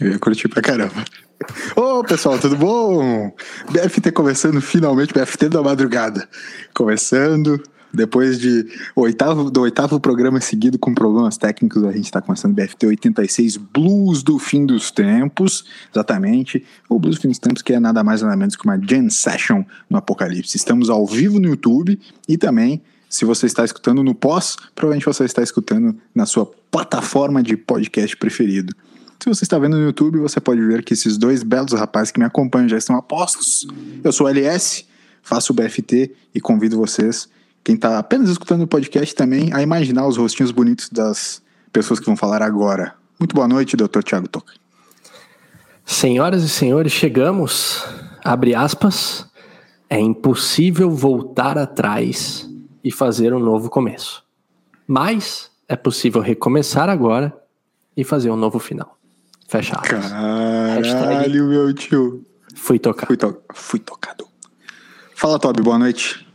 Eu ia curtir pra caramba. Ô, pessoal, tudo bom? BFT começando finalmente, BFT da madrugada. Começando, depois do oitavo programa seguido com problemas técnicos, a gente tá começando BFT 86, Blues do Fim dos Tempos. Exatamente, o Blues do Fim dos Tempos, que é nada mais nada menos que uma jam session no Apocalipse. Estamos ao vivo no YouTube e também, se você está escutando no pós, provavelmente você está escutando na sua plataforma de podcast preferido. Se você está vendo no YouTube, você pode ver que esses dois belos rapazes que me acompanham já estão a postos. Eu sou o LS, faço o BFT e convido vocês, quem está apenas escutando o podcast também, a imaginar os rostinhos bonitos das pessoas que vão falar agora. Muito boa noite, Dr. Thiago Toca. Senhoras e senhores, chegamos, abre aspas, é impossível voltar atrás e fazer um novo começo. Mas é possível recomeçar agora e fazer um novo final. Fecha aspas. Caralho, meu tio. Fui tocado. Fui tocado. Fala, Toby, boa noite.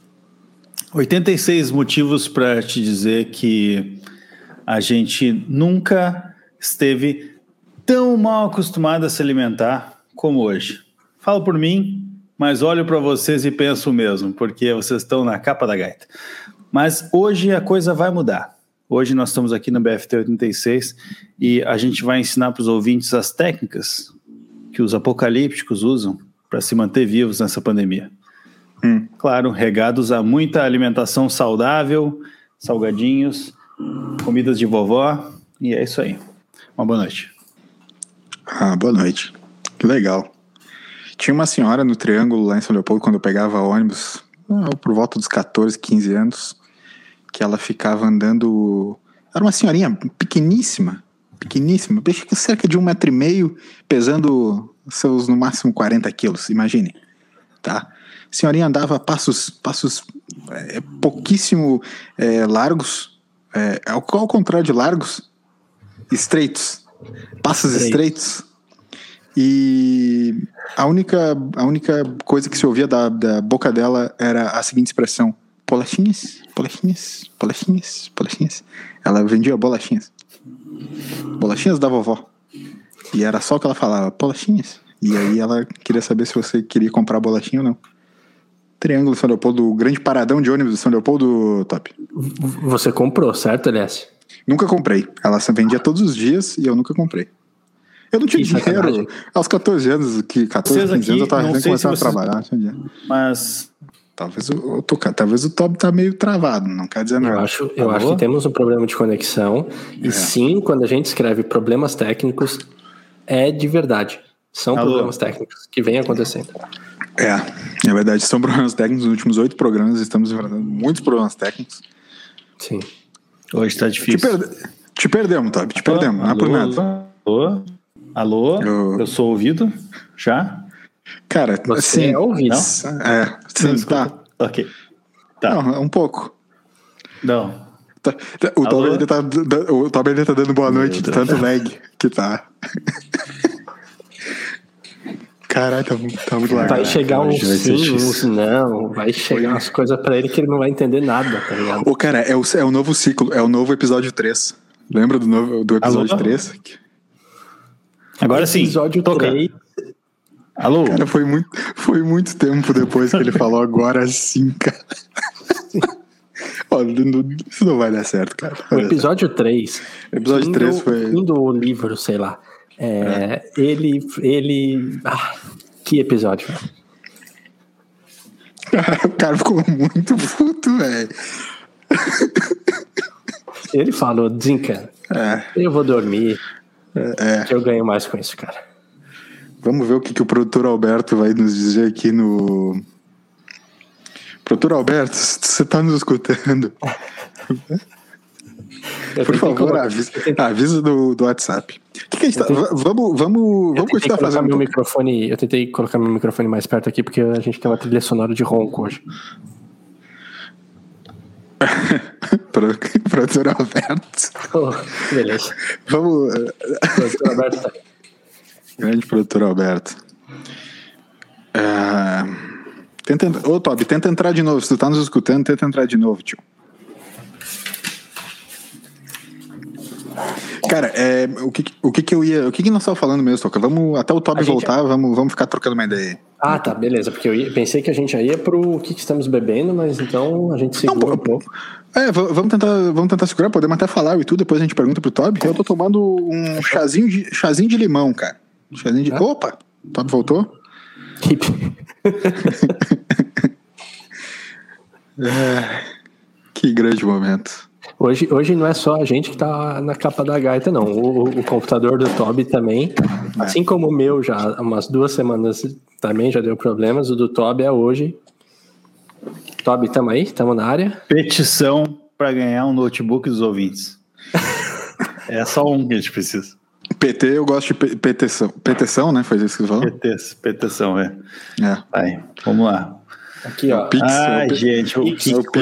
86 motivos para te dizer que a gente nunca esteve tão mal acostumado a se alimentar como hoje. Falo por mim, mas olho para vocês e penso o mesmo, porque vocês estão na capa da gaita. Mas hoje a coisa vai mudar. Hoje nós estamos aqui no BFT 86 e a gente vai ensinar para os ouvintes as técnicas que os apocalípticos usam para se manter vivos nessa pandemia. Claro, regados a muita alimentação saudável, salgadinhos, comidas de vovó, e é isso aí. Uma boa noite. Boa noite. Que legal. Tinha uma senhora no Triângulo lá em São Leopoldo, quando eu pegava ônibus, por volta dos 14, 15 anos, que ela ficava andando. Era uma senhorinha pequeníssima, cerca de 1,5 m, pesando seus no máximo 40 quilos, imagine, tá? A senhorinha andava passos pouquíssimo largos, ao contrário de largos, estreitos, passos estreitos. E a única coisa que se ouvia da boca dela era a seguinte expressão: bolachinhas. Ela vendia bolachinhas da vovó. E era só o que ela falava, bolachinhas. E aí ela queria saber se você queria comprar bolachinha ou não. Triângulo São Leopoldo, o grande paradão de ônibus de São Leopoldo, Top. Você comprou, certo, LS? Nunca comprei. Ela vendia todos os dias e eu nunca comprei. Eu não tinha dinheiro. Aos 14 anos, 15 anos, eu tava começando a trabalhar. Mas talvez o Toby tá meio travado, não quer dizer nada. Eu acho que temos um problema de conexão. E sim, quando a gente escreve problemas técnicos, é de verdade. São problemas técnicos que vêm acontecendo. É verdade, são problemas técnicos. Nos últimos 8 programas estamos enfrentando muitos problemas técnicos. Sim. Hoje tá difícil. Te perdemos, Toby, te perdemos. Não é por nada. Alô? Eu sou ouvido? Já? Cara, você assim, é ouvido. Sim, tá. Ok. Tá. Não, um pouco. Não. O Toby ainda tá dando boa noite de tanto lag que tá. Caralho, tá muito largado. Vai chegar vai chegar umas coisas pra ele que ele não vai entender nada, tá ligado? Ô, cara, é o novo ciclo, é o novo episódio 3. Lembra do episódio 3? Agora sim. Episódio 3. Alô? Cara, foi muito tempo depois que ele falou agora sim, cara. Ó, isso não vai dar certo, cara. O episódio 3. O episódio 3 foi... do livro, sei lá. Ele... que episódio. O cara ficou muito puto, velho. Ele falou, desencana. Eu vou dormir. Que eu ganho mais com isso, cara. Vamos ver o que o produtor Alberto vai nos dizer aqui no... Produtor Alberto, você tá nos escutando? Por favor, avisa do WhatsApp. O que a gente tá... Vamos continuar fazendo... Eu tentei colocar meu microfone mais perto aqui, porque a gente tem uma trilha sonora de ronco hoje. Produtor Alberto. Beleza. Vamos... Produtor Alberto tá aí. Grande produtor Alberto. Ô, Toby, tenta entrar de novo. Se tu tá nos escutando, tenta entrar de novo, tio. Cara, o que nós estávamos falando mesmo, Toca? Vamos, até o Toby voltar, vamos ficar trocando uma ideia aí. Ah, tá, beleza, porque pensei que a gente já ia pro que estamos bebendo, mas então a gente segura um pouco. Vamos tentar segurar, podemos até falar e tudo, depois a gente pergunta pro Toby. Eu tô tomando um chazinho de limão, cara. Opa, o Toby voltou? Que grande momento. Hoje não é só a gente que tá na capa da gaita, não. O computador do Toby também, assim como o meu já há umas 2 semanas também já deu problemas, o do Toby é hoje. Toby, tamo aí? Tamo na área? Petição para ganhar um notebook dos ouvintes. É só um que a gente precisa. PT, eu gosto de petição. Petição, né? Foi isso que você falou? Petição, é. Aí, vamos lá. Aqui, ó. Pix, gente, o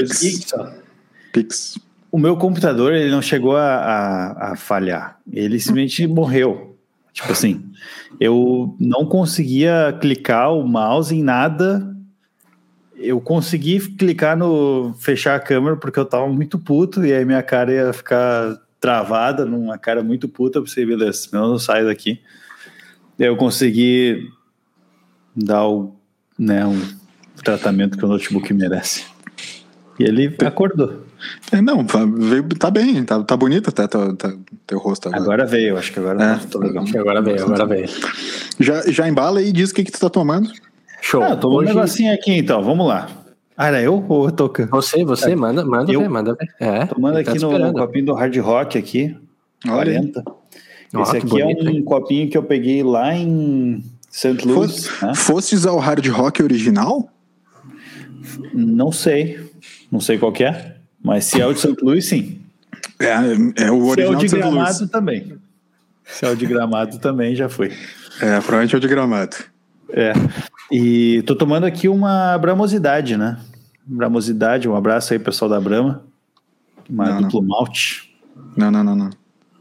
Pix. O meu computador, ele não chegou a falhar. Ele simplesmente morreu. Tipo assim, eu não conseguia clicar o mouse em nada. Eu consegui clicar no fechar a câmera porque eu tava muito puto e aí minha cara ia ficar travada numa cara muito puta. Eu pensei, beleza, eu não saio daqui. Eu consegui dar um tratamento que o notebook merece. E ele acordou. Não, tá bem, tá bonito até teu rosto agora. Agora veio, acho que agora tá legal. Acho que agora veio. Já embala aí e diz o que tu tá tomando. Show. Tô um negocinho aqui então, vamos lá. Era eu ou eu tocando? Você, manda ver. Tomando aqui no copinho do Hard Rock aqui, 40. Esse aqui bonito, é um copinho que eu peguei lá em St. Louis. Fostes ao Hard Rock original? Não sei qual que é, mas se é o de St. Louis, sim. É o original de St. Louis. Se é o de Gramado também. Se é o de Gramado também, já foi. Provavelmente é o de Gramado. E tô tomando aqui uma Bramosidade, né? Bramosidade, um abraço aí, pessoal da Brahma. Uma duplo malte. Não.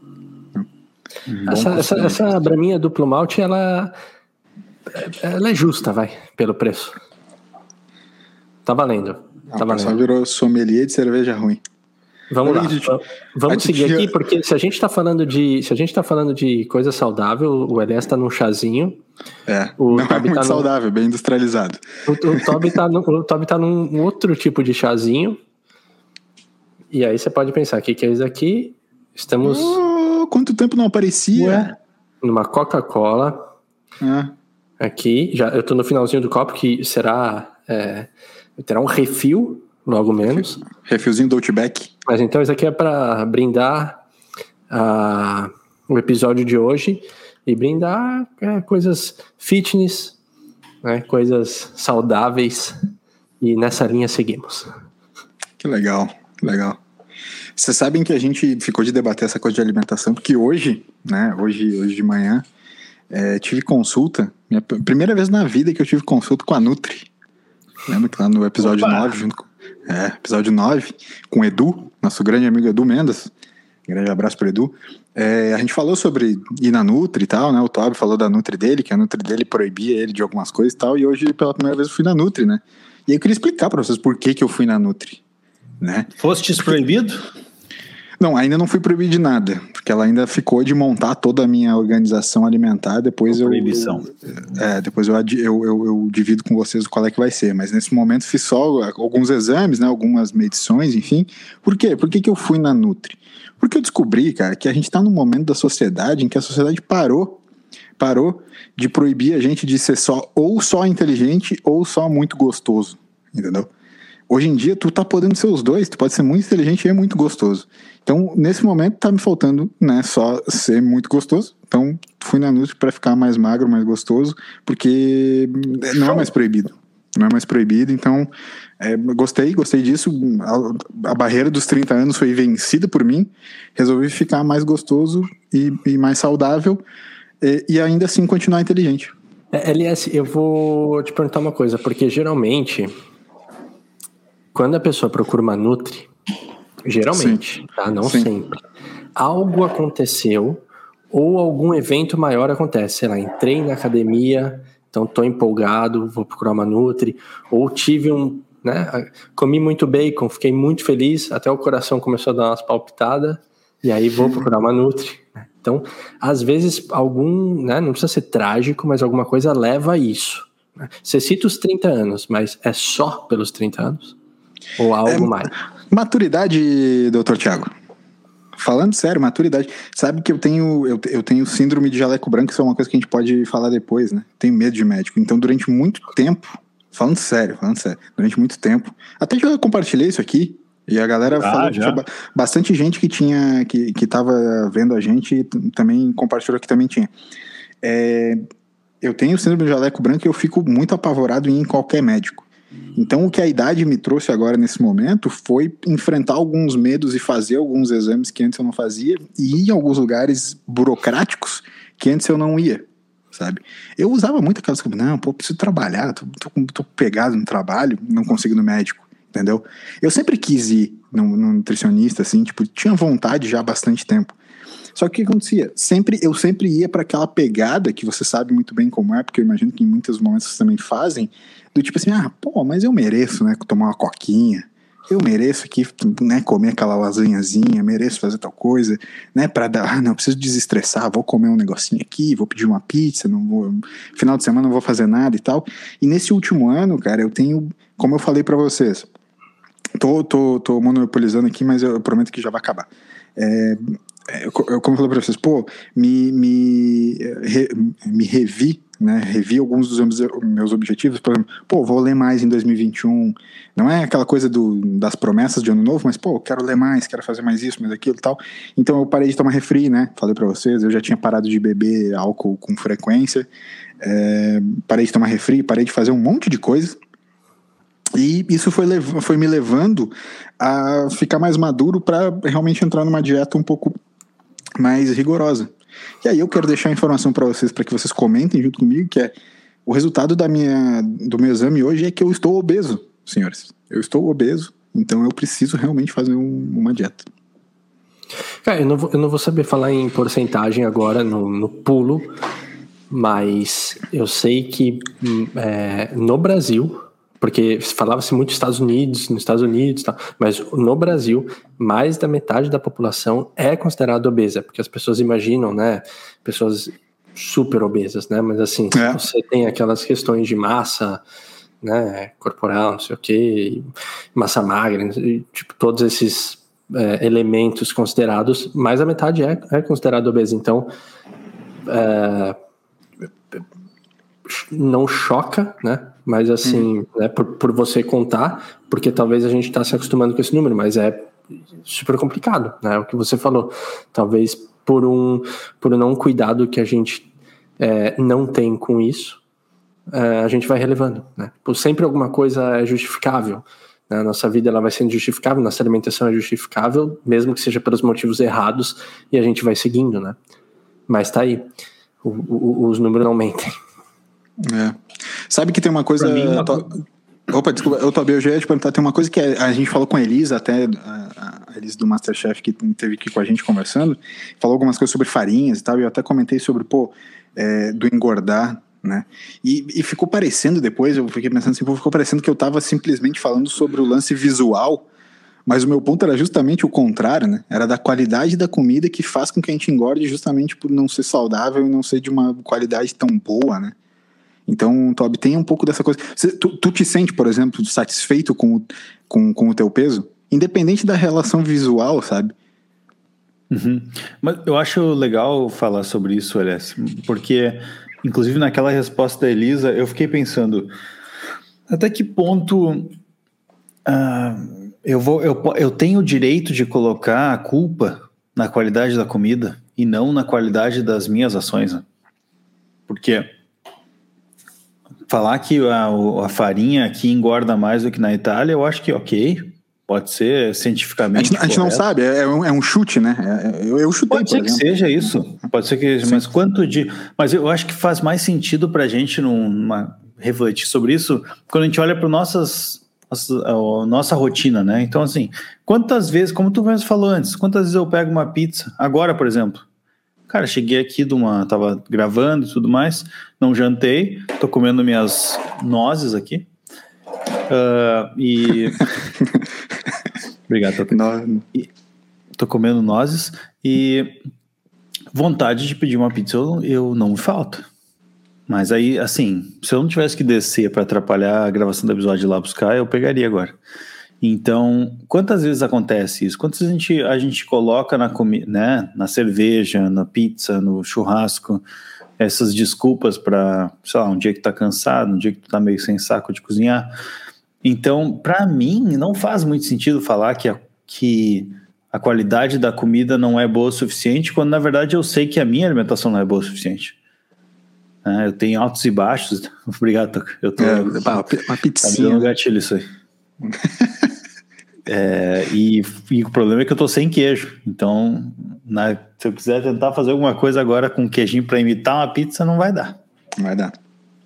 Essa Braminha duplo malte, ela é justa, pelo preço. Tá valendo. Só virou sommelier de cerveja ruim. Vamos lá. Vamos seguir aqui, porque se a gente tá falando de coisa saudável, o Elias tá num chazinho. Não é muito saudável, bem industrializado. O Toby tá num outro tipo de chazinho. E aí você pode pensar, o que é isso aqui? Estamos... quanto tempo não aparecia? Numa Coca-Cola. Aqui, eu tô no finalzinho do copo, que terá um refil, logo menos. Refilzinho do Outback. Mas então isso aqui é para brindar o episódio de hoje e brindar coisas fitness, né, coisas saudáveis, e nessa linha seguimos. Que legal. Vocês sabem que a gente ficou de debater essa coisa de alimentação, porque hoje de manhã, tive consulta, minha primeira vez na vida que eu tive consulta com a Nutri. Lembra que lá no episódio 9, episódio 9, com o Edu, nosso grande amigo Edu Mendes, grande abraço pro Edu, a gente falou sobre ir na Nutri e tal, né, o Toby falou da Nutri dele, que a Nutri dele proibia ele de algumas coisas e tal, e hoje pela primeira vez eu fui na Nutri, né, e aí eu queria explicar pra vocês por que eu fui na Nutri, né. Fostes proibido? Não, ainda não fui proibido de nada, porque ela ainda ficou de montar toda a minha organização alimentar, depois proibição. Depois eu divido com vocês qual é que vai ser, mas nesse momento fiz só alguns exames, né, algumas medições, enfim. Por quê? Por que eu fui na Nutri? Porque eu descobri, cara, que a gente tá num momento da sociedade em que a sociedade parou de proibir a gente de ser só inteligente ou só muito gostoso, entendeu? Hoje em dia, tu tá podendo ser os dois, tu pode ser muito inteligente e muito gostoso. Então, nesse momento, tá me faltando, né, só ser muito gostoso. Então, fui na Nutri para ficar mais magro, mais gostoso, porque não é mais proibido. Então, gostei disso. A barreira dos 30 anos foi vencida por mim. Resolvi ficar mais gostoso e mais saudável e ainda assim continuar inteligente. LS, eu vou te perguntar uma coisa, porque geralmente... Quando a pessoa procura uma Nutri, geralmente, tá? Não sempre, algo aconteceu ou algum evento maior acontece. Sei lá, entrei na academia, então tô empolgado, vou procurar uma Nutri, ou tive comi muito bacon, fiquei muito feliz, até o coração começou a dar umas palpitadas, E aí vou procurar uma nutri. Então, às vezes, né, não precisa ser trágico, mas alguma coisa leva a isso. Você cita os 30 anos, mas é só pelos 30 anos? Ou algo mais? Maturidade, doutor Thiago. Falando sério, maturidade. Sabe que eu tenho síndrome de jaleco branco, isso é uma coisa que a gente pode falar depois, né? Tenho medo de médico. Então, durante muito tempo, falando sério, durante muito tempo, até já compartilhei isso aqui, e a galera falou que tinha bastante gente que tava vendo a gente e também compartilhou que também tinha. Eu tenho síndrome de jaleco branco e eu fico muito apavorado em ir em qualquer médico. Então o que a idade me trouxe agora nesse momento foi enfrentar alguns medos e fazer alguns exames que antes eu não fazia e ir em alguns lugares burocráticos que antes eu não ia, sabe? Eu usava muito aquelas coisas, não, preciso trabalhar, tô pegado no trabalho, não consigo ir no médico, entendeu? Eu sempre quis ir no nutricionista, assim, tipo, tinha vontade já há bastante tempo. Só que o que acontecia? Eu sempre ia para aquela pegada que você sabe muito bem como é, porque eu imagino que em muitos momentos vocês também fazem, do tipo assim, mas eu mereço, né, tomar uma coquinha, eu mereço aqui, né, comer aquela lasanhazinha, mereço fazer tal coisa, né, para dar, não, eu preciso desestressar, vou comer um negocinho aqui, vou pedir uma pizza, final de semana não vou fazer nada e tal. E nesse último ano, cara, eu tenho, como eu falei para vocês, tô monopolizando aqui, mas eu prometo que já vai acabar. Como eu falei para vocês, me revi, né? Revi alguns dos meus objetivos. Por exemplo, vou ler mais em 2021. Não é aquela coisa das promessas de ano novo, mas, quero ler mais, quero fazer mais isso, mais aquilo e tal. Então eu parei de tomar refri, né? Falei para vocês, eu já tinha parado de beber álcool com frequência. Parei de tomar refri, parei de fazer um monte de coisa. E isso foi me levando a ficar mais maduro para realmente entrar numa dieta um pouco mais rigorosa. E aí eu quero deixar a informação para vocês, para que vocês comentem junto comigo, que é o resultado do meu exame hoje é que eu estou obeso, senhores. Eu estou obeso, então eu preciso realmente fazer uma dieta. Cara, eu não vou saber falar em porcentagem agora no pulo, mas eu sei que no Brasil, porque falava-se muito nos Estados Unidos, tá? Mas no Brasil, mais da metade da população é considerada obesa, porque as pessoas imaginam, né, pessoas super obesas, né, mas assim, você tem aquelas questões de massa, né, corporal, não sei o que, massa magra, tipo, todos esses elementos considerados, mais da metade é considerada obesa, então não choca, né? Mas assim, né, por você contar, porque talvez a gente está se acostumando com esse número, mas é super complicado, né? O que você falou, talvez por um não cuidado que a gente não tem com isso, a gente vai relevando, né? Sempre alguma coisa é justificável, né? A nossa vida ela vai sendo justificável, nossa alimentação é justificável, mesmo que seja pelos motivos errados, e a gente vai seguindo, né? Mas tá aí, os números não mentem. Sabe que tem uma coisa... Opa, desculpa, eu já ia te perguntar, tem uma coisa que a gente falou com a Elisa, até a Elisa do Masterchef, que esteve aqui com a gente conversando, falou algumas coisas sobre farinhas e tal, e eu até comentei sobre, do engordar, né, e ficou parecendo depois, eu fiquei pensando assim, ficou parecendo que eu tava simplesmente falando sobre o lance visual, mas o meu ponto era justamente o contrário, né, era da qualidade da comida que faz com que a gente engorde justamente por não ser saudável e não ser de uma qualidade tão boa, né. Então, tu obtém um pouco dessa coisa. Tu te sente, por exemplo, satisfeito com o teu peso? Independente da relação visual, sabe? Uhum. Mas eu acho legal falar sobre isso, Elias, porque, inclusive, naquela resposta da Elisa, eu fiquei pensando, até que ponto eu tenho o direito de colocar a culpa na qualidade da comida e não na qualidade das minhas ações, né? Porque falar que a farinha aqui engorda mais do que na Itália, eu acho que ok, pode ser cientificamente a gente não sabe, é um chute, né? Eu chutei, pode ser que seja isso, pode ser que seja, mas eu acho que faz mais sentido pra gente refletir sobre isso quando a gente olha para a nossa rotina, né? Então, assim, quantas vezes, como tu mesmo falou antes, quantas vezes eu pego uma pizza, agora, por exemplo, cara, cheguei aqui tava gravando e tudo mais, não jantei, tô comendo minhas nozes aqui. Obrigado, Tata. tô comendo nozes e vontade de pedir uma pizza eu não me falta. Mas aí, assim, se eu não tivesse que descer para atrapalhar a gravação do episódio e lá buscar, eu pegaria agora. Então, quantas vezes acontece isso? Quantas vezes a gente coloca na comida, né, na cerveja, na pizza, no churrasco, essas desculpas para, sei lá, um dia que tá cansado, um dia que tu tá meio sem saco de cozinhar. Então, para mim, não faz muito sentido falar que a qualidade da comida não é boa o suficiente, quando na verdade eu sei que a minha alimentação não é boa o suficiente. Eu tenho altos e baixos. Obrigado, Toca. Eu tô uma pizzinha. Tá me dando gatilho isso aí. E o problema é que eu tô sem queijo. Então, se eu quiser tentar fazer alguma coisa agora com queijinho para imitar uma pizza, não vai dar. Não vai dar.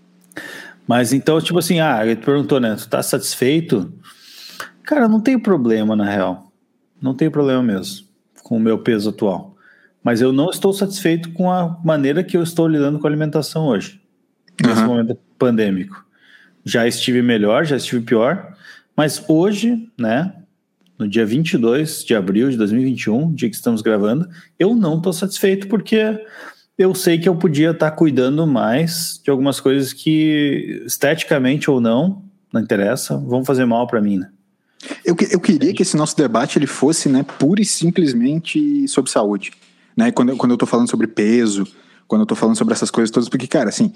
Mas então, tipo assim, ele perguntou, né? Tu tá satisfeito? Cara, não tem problema, na real. Não tem problema mesmo com o meu peso atual. Mas eu não estou satisfeito com a maneira que eu estou lidando com a alimentação hoje. Nesse momento pandêmico. Já estive melhor, já estive pior. Mas hoje, né? No dia 22 de abril de 2021, dia que estamos gravando, eu não estou satisfeito porque eu sei que eu podia estar cuidando mais de algumas coisas que, esteticamente ou não interessa, vão fazer mal para mim, né? Eu queria que esse nosso debate ele fosse, né, pura e simplesmente sobre saúde. Né? Quando eu tô falando sobre peso, quando eu tô falando sobre essas coisas todas, porque, cara, assim,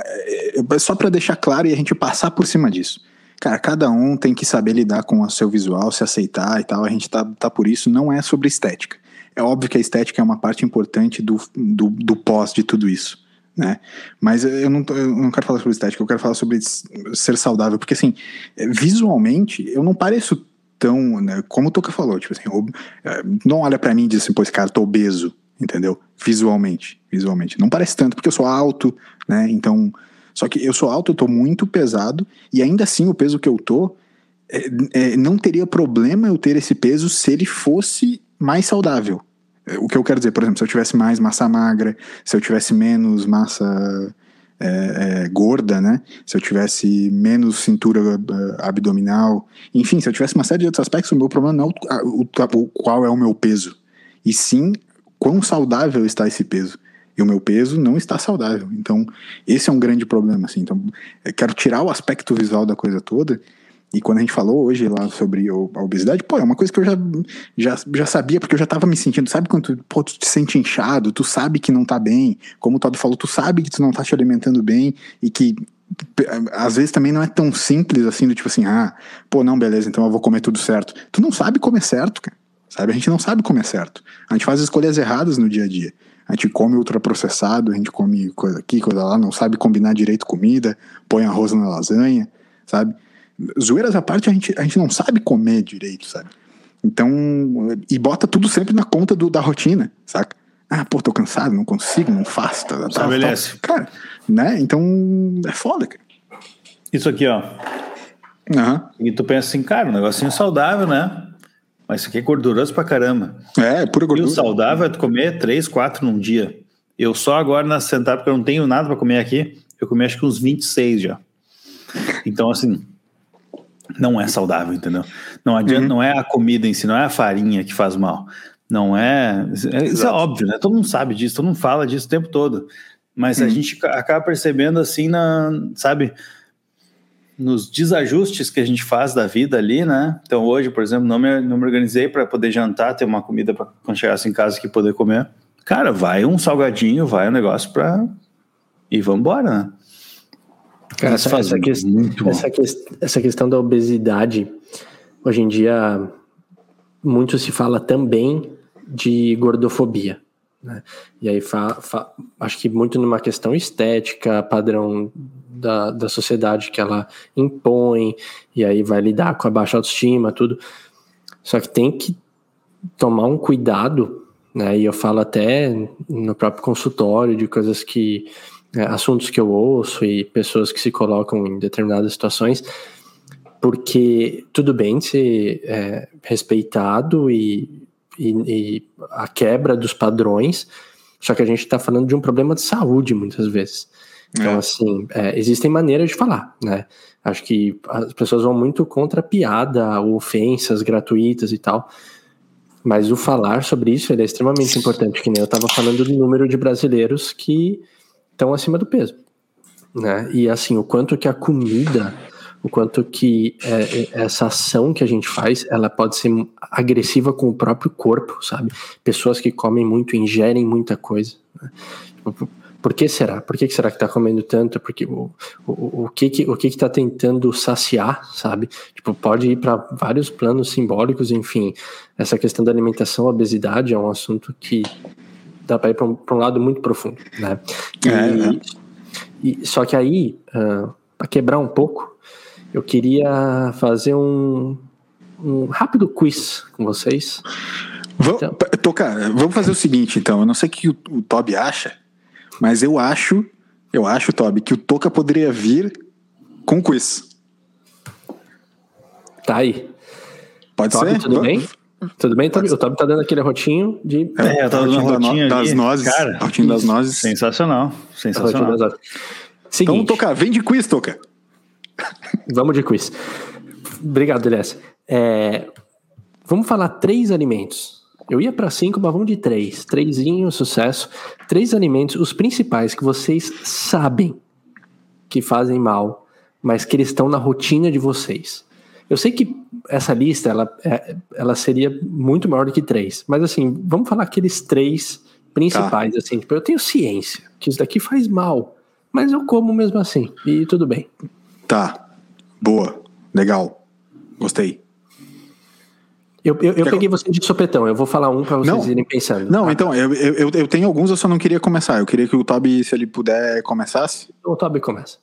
só para deixar claro e a gente passar por cima disso. Cara, cada um tem que saber lidar com o seu visual, se aceitar e tal, a gente tá por isso, não é sobre estética. É óbvio que a estética é uma parte importante do pós de tudo isso, né? Mas eu não quero falar sobre estética, eu quero falar sobre ser saudável, porque assim, visualmente, eu não pareço tão, né, como o Toca falou, tipo assim, não olha pra mim e diz assim, pô, esse cara, tô obeso, entendeu? Visualmente, não parece tanto, porque eu sou alto, né, então, só que eu sou alto, eu tô muito pesado, e ainda assim o peso que eu tô, não teria problema eu ter esse peso se ele fosse mais saudável. O que eu quero dizer, por exemplo, se eu tivesse mais massa magra, se eu tivesse menos massa gorda, né? Se eu tivesse menos cintura abdominal, enfim, se eu tivesse uma série de outros aspectos, o meu problema não é qual é o meu peso, e sim quão saudável está esse peso. E o meu peso não está saudável. Então, esse é um grande problema, assim. Então, eu quero tirar o aspecto visual da coisa toda. E quando a gente falou hoje lá sobre a obesidade, pô, é uma coisa que eu já sabia, porque eu já tava me sentindo, sabe quando tu te sente inchado, tu sabe que não tá bem, como o Todd falou, tu sabe que tu não tá te alimentando bem, e que às vezes também não é tão simples assim, do tipo assim, pô, não, beleza, então eu vou comer tudo certo. Tu não sabe comer certo, cara, sabe? A gente não sabe comer certo. A gente faz escolhas erradas no dia a dia. A gente come ultraprocessado, a gente come coisa aqui, coisa lá, não sabe combinar direito comida, põe arroz na lasanha, sabe? Zoeiras à parte, a gente não sabe comer direito, sabe? Então, e bota tudo sempre na conta da rotina, saca? Pô, tô cansado, não consigo, não faço, tal. Cara, né? Então, é foda, cara. Isso aqui, ó. E tu pensa assim, cara, um negocinho saudável, né? Mas isso aqui é gorduroso pra caramba. Pura gordura. E o saudável é tu comer 3, 4 num dia. Eu só agora na sentada, porque eu não tenho nada pra comer aqui, eu comi acho que uns 26 já. Então, assim, não é saudável, entendeu? Não adianta, não é a comida em si, não é a farinha que faz mal. Não é... Isso é óbvio, né? Todo mundo sabe disso, todo mundo fala disso o tempo todo. Mas a gente acaba percebendo assim, sabe, nos desajustes que a gente faz da vida ali, né? Então hoje, por exemplo, não me organizei para poder jantar, ter uma comida para quando chegasse em casa que poder comer. Cara, vai um salgadinho, vai um negócio e vambora, né? Cara, essa questão da obesidade, hoje em dia, muito se fala também de gordofobia, né? E aí, acho que muito numa questão estética, padrão da sociedade que ela impõe, e aí vai lidar com a baixa autoestima, tudo. Só que tem que tomar um cuidado, né? E eu falo até no próprio consultório de coisas que... assuntos que eu ouço e pessoas que se colocam em determinadas situações, porque tudo bem ser respeitado e a quebra dos padrões, só que a gente está falando de um problema de saúde muitas vezes. Então, assim, existem maneiras de falar, né? Acho que as pessoas vão muito contra a piada, ofensas gratuitas e tal. Mas o falar sobre isso ele é extremamente importante, que nem eu estava falando do número de brasileiros que estão acima do peso, né? E assim, o quanto que a comida, o quanto que essa ação que a gente faz, ela pode ser agressiva com o próprio corpo, sabe? Pessoas que comem muito, ingerem muita coisa, né? Por que será? Por que será que tá comendo tanto? Porque o que tá tentando saciar, sabe? Tipo, pode ir para vários planos simbólicos, enfim. Essa questão da alimentação, obesidade é um assunto que dá para ir para um lado muito profundo, né? Só que aí, para quebrar um pouco, eu queria fazer um rápido quiz com vocês. Vamos fazer o seguinte, então. Eu não sei o que o Toby acha, mas eu acho, Toby, que o Toca poderia vir com quiz. Tá aí. Pode Toby, ser? Tudo bem? Tudo bem, Toby? O Toby tá dando aquele rotinho de... eu tava dando uma rotinha das nozes. Cara, rotinho das nozes. Sensacional. Então, Toca, vem de quiz, Toca. Vamos de quiz. Obrigado, Elias. Vamos falar 3 alimentos. Eu ia para 5, mas vamos de 3. 3zinho, sucesso. 3 alimentos, os principais que vocês sabem que fazem mal, mas que eles estão na rotina de vocês. Eu sei que essa lista, ela seria muito maior do que 3. Mas assim, vamos falar aqueles 3 principais. Tá. Assim, tipo, eu tenho ciência que isso daqui faz mal, mas eu como mesmo assim. E tudo bem. Tá. Boa. Legal. Gostei. Eu peguei você de sopetão, eu vou falar um pra vocês irem pensando. Não, então, eu tenho alguns, eu só não queria começar. Eu queria que o Toby, se ele puder, começasse. O Toby começa.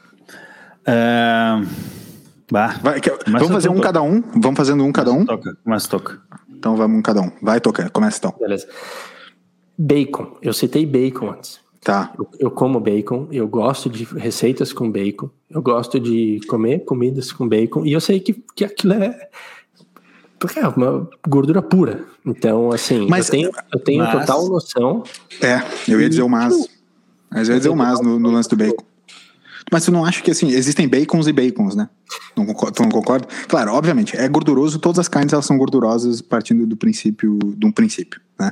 Vamos fazer um cada um? Vamos fazendo um cada um? Toca. Então vamos um cada um. Vai, Toca, começa então. Beleza. Bacon, eu citei bacon antes. Tá. Eu como bacon, eu gosto de receitas com bacon, eu gosto de comer comidas com bacon, e eu sei que aquilo é uma gordura pura. Então, assim, mas, eu tenho total noção. Eu ia dizer o mas. Mas eu ia dizer o mas no lance do bacon. Mas tu não acha que, assim, existem bacons e bacons, né? Tu não concorda? Claro, obviamente, é gorduroso, todas as carnes elas são gordurosas partindo de um princípio, né?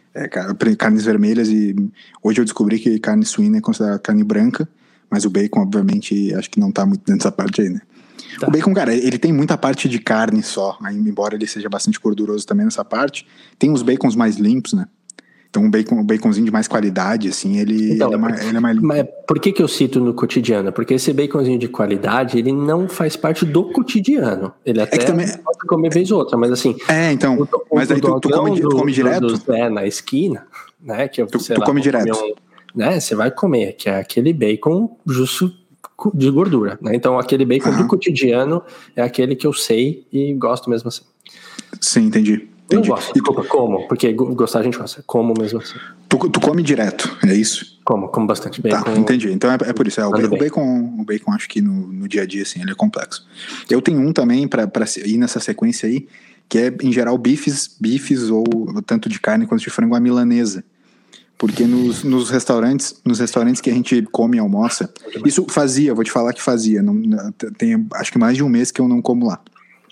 Carnes vermelhas, e hoje eu descobri que carne suína é considerada carne branca, mas o bacon, obviamente, acho que não tá muito dentro dessa parte aí, né? Tá. O bacon, cara, ele tem muita parte de carne só, embora ele seja bastante gorduroso também nessa parte. Tem os bacons mais limpos, né? Então um baconzinho de mais qualidade, assim, ele é mais limpo. Mas por que eu cito no cotidiano? Porque esse baconzinho de qualidade, ele não faz parte do cotidiano. Ele até pode comer vez ou outra, mas assim... então, mas aí tu come direto? Na esquina, né? Que tu come direto. Né, você vai comer, que é aquele bacon justo de gordura, né? Então aquele bacon do cotidiano é aquele que eu sei e gosto mesmo assim. Sim, entendi. Eu gosto, como, porque gostar a gente gosta, como mesmo assim. Tu come direto, é isso? Como bastante bacon. Tá, entendi, então é por isso, o bacon acho que no dia a dia, assim, ele é complexo. Eu tenho um também pra ir nessa sequência aí, que é, em geral, bifes ou tanto de carne quanto de frango à milanesa. Porque nos restaurantes que a gente come e almoça, isso vou te falar que fazia, tem acho que mais de um mês que eu não como lá.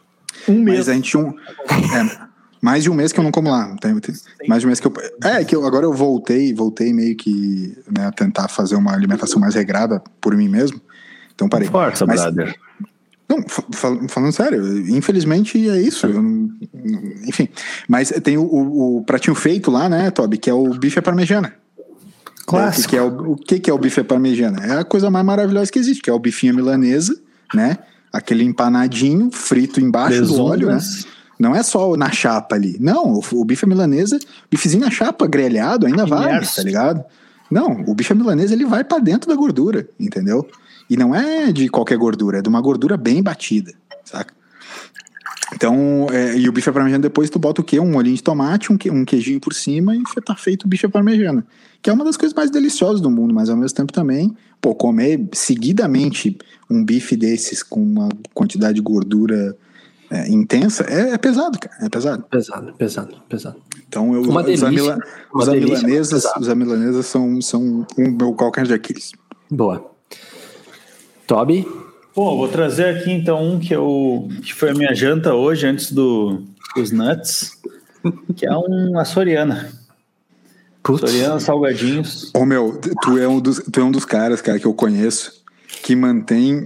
Mas a gente mais de um mês que eu não como lá. Mais de um mês que eu... agora eu voltei meio que, né, a tentar fazer uma alimentação mais regrada por mim mesmo. Então parei. Força, brother. Não, falando sério, infelizmente é isso. Enfim. Mas tem o pratinho feito lá, né, Toby, que é o bife à parmegiana. Clássico. O que é o bife à parmegiana? É a coisa mais maravilhosa que existe, que é o bifinho à milanesa, né? Aquele empanadinho, frito embaixo do óleo, né? Não é só na chapa ali. Não, o bife à milanesa, bifezinho na chapa, grelhado, ainda vai, tá ligado? Não, o bife à milanesa, ele vai pra dentro da gordura, entendeu? E não é de qualquer gordura, é de uma gordura bem batida, saca? Então, e o bife à parmegiana depois tu bota o quê? Um molhinho de tomate, um queijinho por cima e tá feito o bife à parmegiana. Que é uma das coisas mais deliciosas do mundo, mas ao mesmo tempo também, comer seguidamente um bife desses com uma quantidade de gordura intensa é pesado, cara, é pesado. Pesado. Então, os milanesas são o meu calcanhar de Aquiles. Boa. Toby? Bom, vou trazer aqui então um que foi a minha janta hoje, antes dos nuts. que é uma Soriana. Putz. Soriana Salgadinhos. Ô, meu, tu é um dos caras, cara, que eu conheço que mantém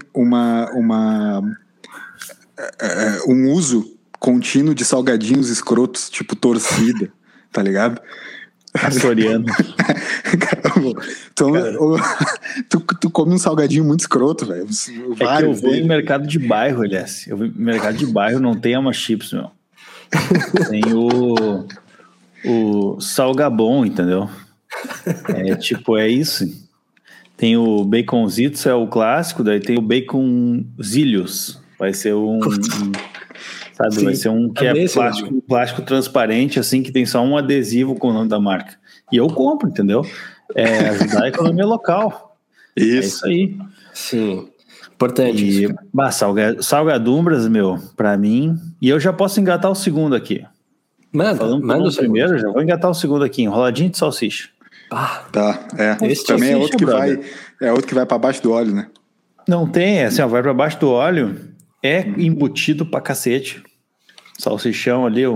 um uso contínuo de salgadinhos escrotos, tipo torcida, tá ligado? A Soriana. Tu come um salgadinho muito escroto, velho. É que eu vou em mercado de bairro, aliás. Eu vou em mercado de bairro, não tem Alma Chips, meu. Tem o Salgabon, entendeu? É isso. Tem o Baconzitos, é o clássico, daí tem o Baconzilhos. Vai ser sabe, sim, vai ser um que é plástico transparente, assim, que tem só um adesivo com o nome da marca. E eu compro, entendeu? Ajudar a economia local. Isso. É isso aí. Sim. Importante. Salgadumbras, meu, pra mim. E eu já posso engatar o segundo aqui. Manda o primeiro, já vou engatar o segundo aqui. Enroladinho de salsicha. Tá, Esse também é outro que vai. É outro que vai pra baixo do óleo, né? Não tem, assim, vai pra baixo do óleo. É embutido pra cacete. Salsichão ali,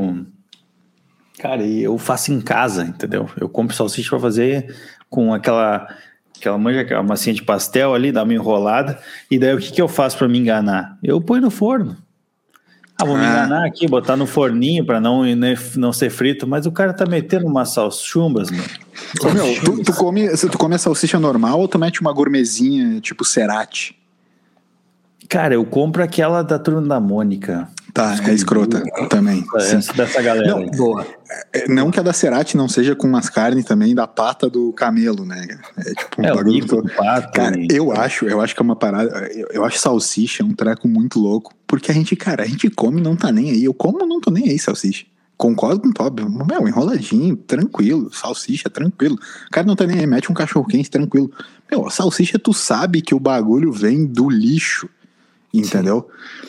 Cara, e eu faço em casa, entendeu? Eu compro salsicha pra fazer com aquela massinha de pastel ali, dá uma enrolada. E daí o que eu faço pra me enganar? Eu ponho no forno. Vou me enganar aqui, botar no forninho pra não ser frito, mas o cara tá metendo umas salchumbas, meu. Tu come a salsicha normal ou tu mete uma gourmetzinha, tipo Cerati? Cara, eu compro aquela da Turma da Mônica. Tá, é escrota também. Dessa galera. Não, boa. Não que a da Cerati não seja com umas carnes também da pata do camelo, né? É tipo um bagulho do pato. Cara, eu acho que é uma parada. Eu acho salsicha um treco muito louco. Porque a gente come e não tá nem aí. Eu como não tô nem aí, salsicha. Concordo com o Toby. Meu, enroladinho, tranquilo. Salsicha, tranquilo. O cara não tá nem aí, mete um cachorro quente, tranquilo. Meu, a salsicha, tu sabe que o bagulho vem do lixo. Entendeu?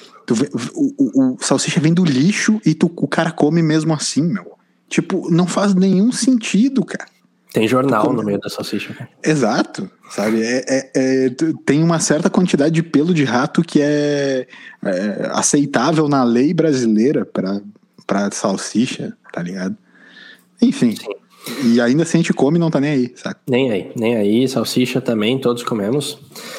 O salsicha vem do lixo e o cara come mesmo assim, meu. Tipo, não faz nenhum sentido, cara. Tem jornal no meio da salsicha, cara. Exato, sabe? Tem uma certa quantidade de pelo de rato que é aceitável na lei brasileira pra salsicha, tá ligado? Enfim. Sim. E ainda assim a gente come e não tá nem aí, saca? Nem aí. Salsicha também, todos comemos.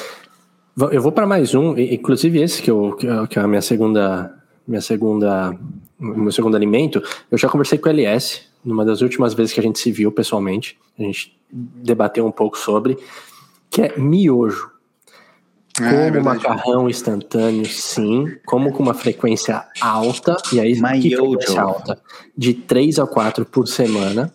Eu vou para mais um, inclusive esse que é a meu segundo alimento. Eu já conversei com o LS numa das últimas vezes que a gente se viu pessoalmente. A gente debateu um pouco sobre, que é miojo. Como macarrão instantâneo, sim. Como com uma frequência alta. E aí, que frequência alta? De 3 a 4 por semana.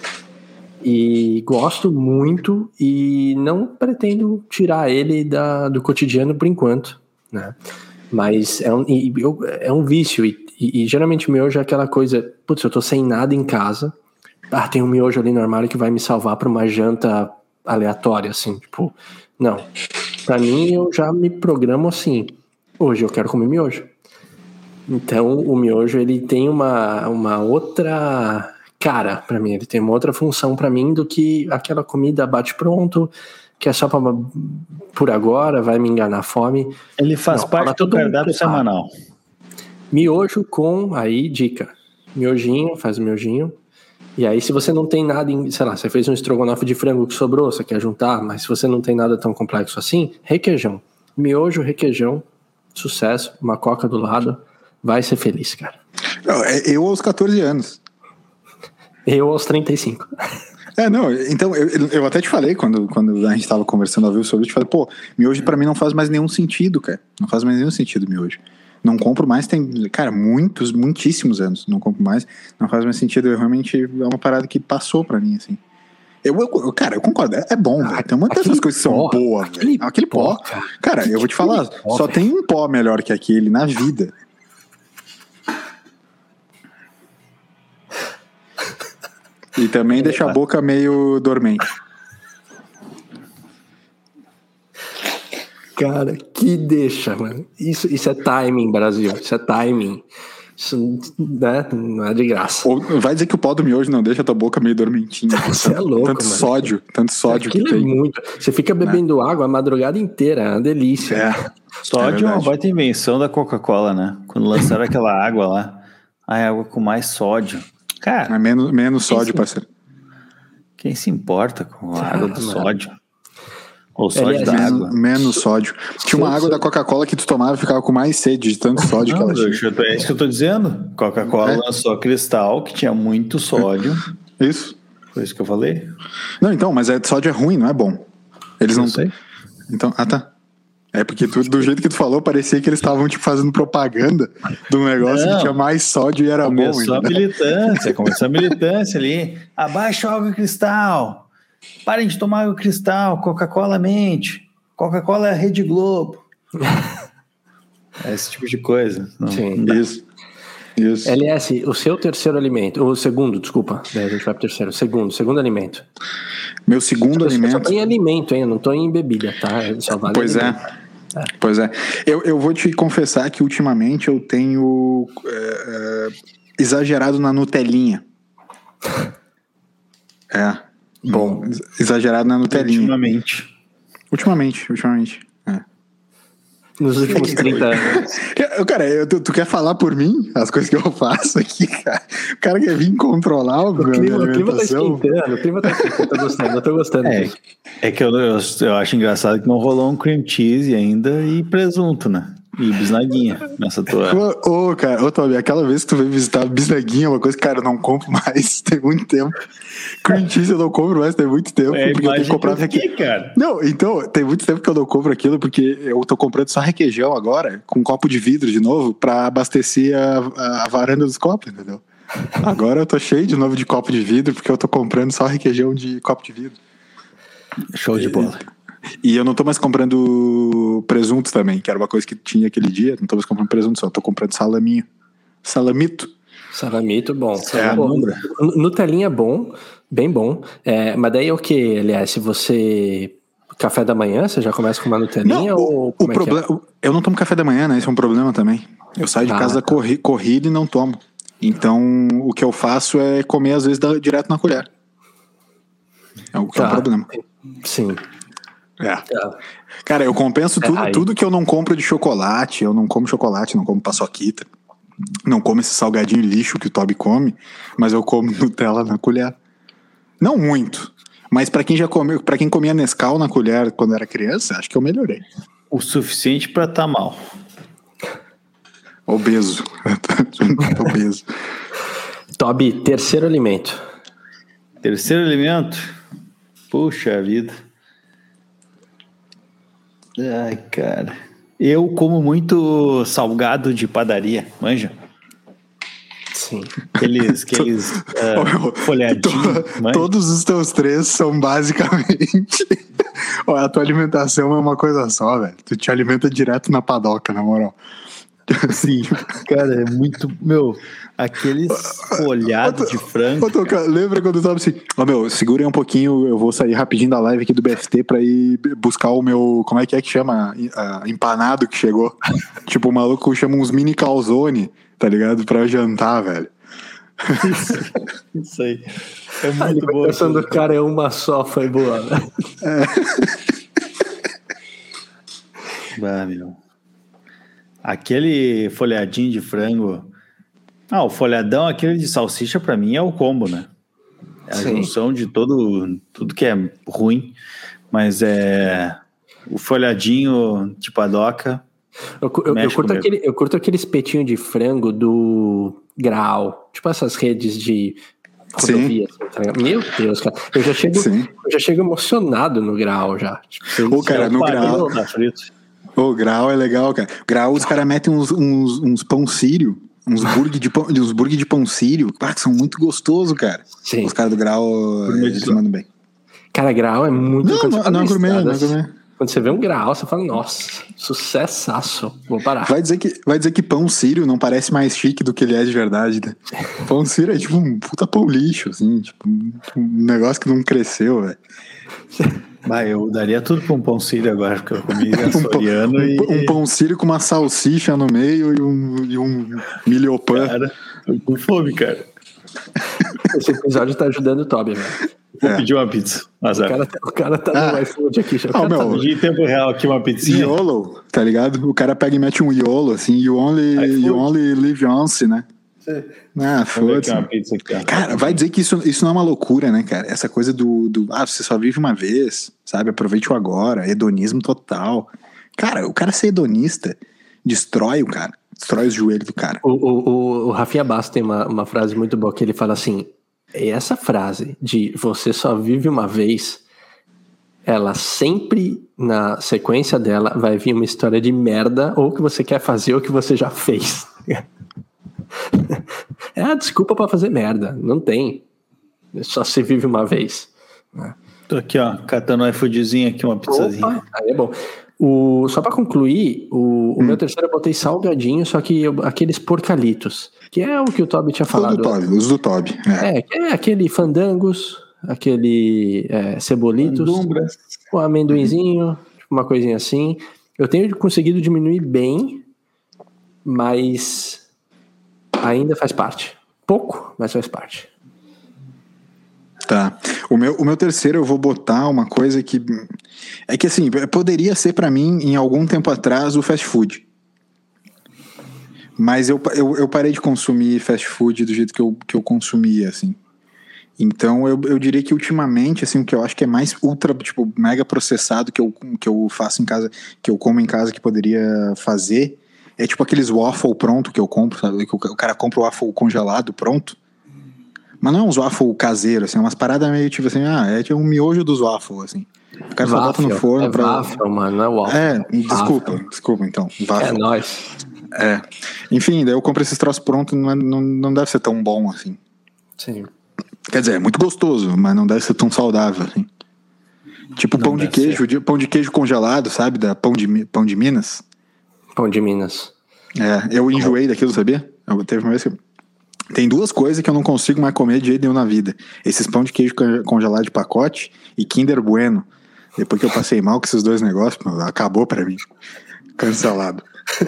E gosto muito e não pretendo tirar ele do cotidiano por enquanto, né? Mas é um vício e geralmente o miojo é aquela coisa, putz, eu tô sem nada em casa, tem um miojo ali no armário que vai me salvar pra uma janta aleatória, assim, tipo, não. Pra mim eu já me programo assim, hoje eu quero comer miojo. Então o miojo ele tem uma outra... cara, pra mim, ele tem uma outra função pra mim do que aquela comida bate-pronto, que é só por agora, vai me enganar a fome. Ele faz parte do cardápio semanal. Miojo aí, dica. Miojinho, faz o miojinho. E aí, se você não tem nada, sei lá, você fez um estrogonofe de frango que sobrou, você quer juntar, mas se você não tem nada tão complexo assim, requeijão. Miojo, requeijão, sucesso, uma coca do lado, vai ser feliz, cara. Eu aos 14 anos. Eu aos 35. Então, eu até te falei, quando a gente tava conversando ao vivo sobre isso, eu te falei, miojo pra mim não faz mais nenhum sentido, cara. Não faz mais nenhum sentido miojo. Não compro mais, tem, cara, muitíssimos anos. Não compro mais, não faz mais sentido. Eu realmente, é uma parada que passou pra mim, assim. Cara, eu concordo, é bom, velho. Tem muitas dessas coisas que são boas, velho. Aquele pó. Cara, eu vou te falar, só tem um pó melhor que aquele na vida. E também deixa a boca meio dormente. Cara, que deixa, mano. Isso é timing, Brasil. Isso é timing. Isso, né, não é de graça. Ou vai dizer que o pó do miojo não deixa a tua boca meio dormentinha. Você é louco, tanto mano. Tanto sódio que tem. Muito. Você fica bebendo água a madrugada inteira. É uma delícia. Sódio é uma baita invenção da Coca-Cola, né? Quando lançaram aquela água lá. A água com mais sódio. Cara, Mas menos sódio, parceiro. quem se importa com a água do sódio? Ou sódio da Menos, água? menos sódio. Tinha uma água da Coca-Cola que tu tomava e ficava com mais sede de tanto sódio que Não, ela tinha. é isso que eu tô dizendo. Coca-Cola lançou a Cristal, que tinha muito sódio. Isso. Foi isso que eu falei? Não, então, mas sódio é ruim, não é bom. Eles não sei. Então, tá. É porque do jeito que tu falou, parecia que eles estavam tipo fazendo propaganda de um negócio que tinha mais sódio e era Começou bom. começou a militância ali. Abaixa a água Cristal. Parem de tomar água Cristal. Coca-Cola mente. Coca-Cola é a Rede Globo. É esse tipo de coisa. Não, Sim. não dá. Isso. LS, o seu terceiro alimento, o segundo, desculpa, daí a gente vai pro terceiro, segundo alimento. Meu segundo Eu só alimento. tô em alimento, hein? Eu não tô em bebida, tá? Só vale Pois alimento. Pois é. Eu vou te confessar que ultimamente eu tenho exagerado na Nutelinha. Bom. Exagerado na Nutelinha. Ultimamente. Ultimamente. Nos últimos 30 anos. Cara, tu quer falar por mim as coisas que eu faço aqui, cara? O cara quer vir controlar O clima tá esquentando, eu tô gostando disso. É que eu acho engraçado que não rolou um cream cheese ainda e presunto, né? E bisnaguinha nessa tua... Cara, Tobi, aquela vez que tu veio visitar bisnaguinha é uma coisa que, cara, eu não compro mais, tem muito tempo. Cream cheese eu não compro mais, tem muito tempo. Porque eu tenho que comprar aqui, cara. Não, então, tem muito tempo que eu não compro aquilo, porque eu tô comprando só requeijão agora, com um copo de vidro de novo, pra abastecer a varanda dos copos, entendeu? Agora eu tô cheio de novo de copo de vidro, porque eu tô comprando só requeijão de copo de vidro. Show de bola. E eu não tô mais comprando presunto também, que era uma coisa que tinha aquele dia. Não tô mais comprando presunto, só tô comprando salaminho. Salamito. Salamito, bom. Nutelinha é bom, bem bom. Mas daí o que, aliás, se você... Café da manhã, você já começa com uma Nutelinha? Não, o problema... Eu não tomo café da manhã, né? Esse é um problema também. Eu saio de casa corrido e não tomo. Então, o que eu faço é comer, às vezes, direto na colher. É o que é um problema. Sim. Cara, eu compenso tudo que eu não compro de chocolate. Eu não como chocolate, não como paçoquita, não como esse salgadinho lixo que o Toby come, mas eu como Nutella na colher. Não muito, mas pra quem já comeu, para quem comia Nescau na colher quando era criança, acho que eu melhorei. O suficiente pra tá mal. Obeso. Obeso. Toby, terceiro alimento. Terceiro alimento? Puxa vida. Ai, cara. Eu como muito salgado de padaria, manja? Sim. Aqueles folhadinhos. Todos os teus três são basicamente... A tua alimentação é uma coisa só, velho. Tu te alimenta direto na padoca, na moral. Sim, cara, é muito... aqueles folhados de frango. Lembra quando eu tava assim, segurem um pouquinho, eu vou sair rapidinho da live aqui do BFT pra ir buscar o meu, como é que chama? Empanado que chegou. Tipo, o maluco chama uns mini calzone, tá ligado? Pra jantar, velho. Isso aí. É muito bom. A alimentação do cara é uma só, foi boa, né? Meu. Aquele folhadinho de frango... o folhadão, aquele de salsicha, pra mim é o combo, né? É a junção de tudo que é ruim, mas o folhadinho de padoca. Eu curto aquele espetinho de frango do Graal, tipo essas redes de rodovia. Assim, meu Deus, cara. Eu já chego emocionado no Graal já. Tipo, cara, no Graal. O Graal é legal, cara. Graal, os caras metem uns pão sírio. Uns burger de pão sírio, que são muito gostosos, cara. Sim. Os caras do Graal, eles mandam bem. Cara, Graal é muito... Não é gourmet, não é gourmet. Quando você vê um Graal, você fala, nossa, sucessaço, vou parar. Vai dizer que pão sírio não parece mais chique do que ele é de verdade, né? Pão sírio é tipo um puta pão lixo, assim, tipo um negócio que não cresceu, velho. Eu daria tudo pra um pão sírio agora, porque eu comi açoriano um pão sírio com uma salsicha no meio e um milho pão. Cara, tô com fome, cara. Esse episódio tá ajudando o Toby, velho. Vou pedir uma pizza. O cara tá no iFood aqui. Vou pedir em tempo real aqui uma pizzinha. YOLO, tá ligado? O cara pega e mete um YOLO, assim, you only live once, né? Foda-se. Cara, vai dizer que isso não é uma loucura, né, cara? Essa coisa do você só vive uma vez, sabe? Aproveite o agora, hedonismo total. Cara, o cara ser hedonista destrói o cara, destrói os joelhos do cara. O Rafinha Bastos tem uma frase muito boa que ele fala assim, essa frase de você só vive uma vez, ela sempre, na sequência dela, vai vir uma história de merda, ou que você quer fazer, ou que você já fez. É a desculpa pra fazer merda, não tem. Só se vive uma vez. Tô aqui, ó, catando um iFoodzinho aqui, uma pizzazinha. Opa, aí é bom. Só pra concluir, o meu terceiro eu botei salgadinho, só que aqueles porcalitos, que é o que o Toby tinha falado. Os do Toby. Que é aquele fandangos, aquele cebolitos, o amendoinzinho, uma coisinha assim. Eu tenho conseguido diminuir bem, mas ainda faz parte. Pouco, mas faz parte. Tá. O meu terceiro eu vou botar uma coisa que... É que assim, poderia ser pra mim, em algum tempo atrás, o fast food. Mas eu parei de consumir fast food do jeito que eu consumia, assim. Então eu diria que ultimamente, assim, o que eu acho que é mais ultra, tipo, mega processado que eu faço em casa, que eu como em casa que poderia fazer, é tipo aqueles waffle pronto que eu compro, sabe? Que o cara compra o waffle congelado pronto. Mas não é uns waffle caseiro, assim, é umas paradas meio tipo assim, é tipo um miojo dos waffle, assim. O cara só bota no forno waffle, mano, não é waffle. Desculpa, então. Waffle. É nóis. Enfim, daí eu compro esses troços prontos, não deve ser tão bom, assim. Sim. Quer dizer, é muito gostoso, mas não deve ser tão saudável, assim. Tipo pão de queijo congelado, sabe? Da pão de Minas. Pão de Minas. Eu enjoei daquilo, sabia? Teve uma vez que... Tem duas coisas que eu não consigo mais comer de jeito nenhum na vida. Esses pão de queijo congelado de pacote e Kinder Bueno. Depois que eu passei mal com esses dois negócios, acabou pra mim. Cancelado.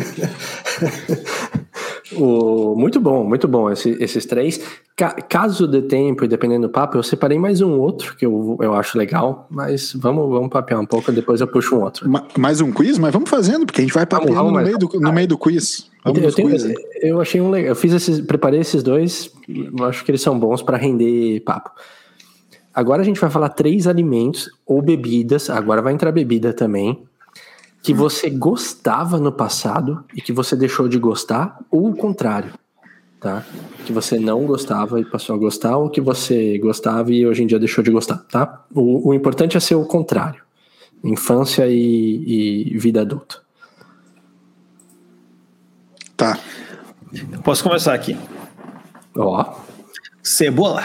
Muito bom esses três. Caso dê tempo e dependendo do papo, eu separei mais um outro que eu acho legal, mas vamos papear um pouco, depois eu puxo um outro. Mais um quiz? Mas vamos fazendo, porque a gente vai papeando no meio do quiz. Eu achei um legal. Preparei esses dois, eu acho que eles são bons para render papo. Agora a gente vai falar 3 alimentos ou bebidas, agora vai entrar bebida também, que você gostava no passado e que você deixou de gostar, ou o contrário, tá? Que você não gostava e passou a gostar, ou que você gostava e hoje em dia deixou de gostar, tá? O importante é ser o contrário. Infância e vida adulta. Tá. Posso começar aqui. Ó. Cebola.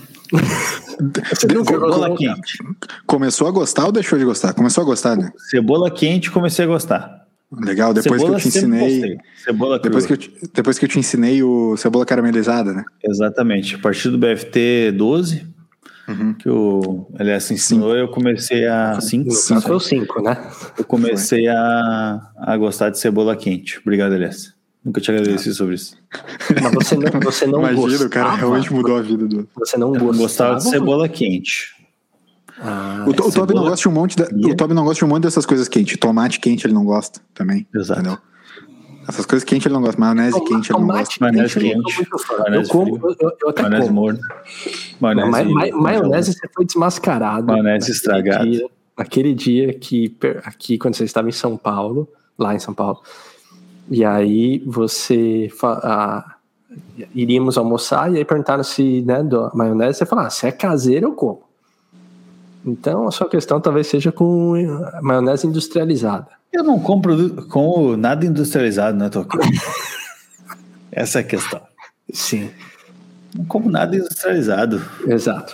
Cebola quente. Começou a gostar ou deixou de gostar? Começou a gostar, né? Cebola quente, comecei a gostar. Legal, depois cebola que eu te ensinei. Cebola depois que eu te ensinei o cebola caramelizada, né? Exatamente. A partir do BFT 12, que o LS ensinou, eu comecei a. 5? Foi o 5, né? Eu comecei a gostar de cebola quente. Obrigado, LS. Nunca te agradeci sobre isso. Mas você não Imagina, gostava? o cara realmente mudou a vida do... Você não gostava de cebola quente. O Toby não gosta de o Toby não gosta de um monte dessas coisas quentes. Tomate quente ele não gosta também. Exato. Entendeu? Essas coisas quentes ele não gosta. Maionese quente ele não gosta. Maionese quente. Eu até maionese morno. Maionese você foi desmascarado. Maionese estragada. Naquele dia que aqui, quando você estava em São Paulo, lá em São Paulo, e aí você iríamos almoçar e aí perguntaram se, né, da maionese, você falou, se é caseira eu como. Então a sua questão talvez seja com maionese industrializada. Eu não compro com nada industrializado, né, Toco? Essa é a questão. Sim. Não como nada industrializado. Exato.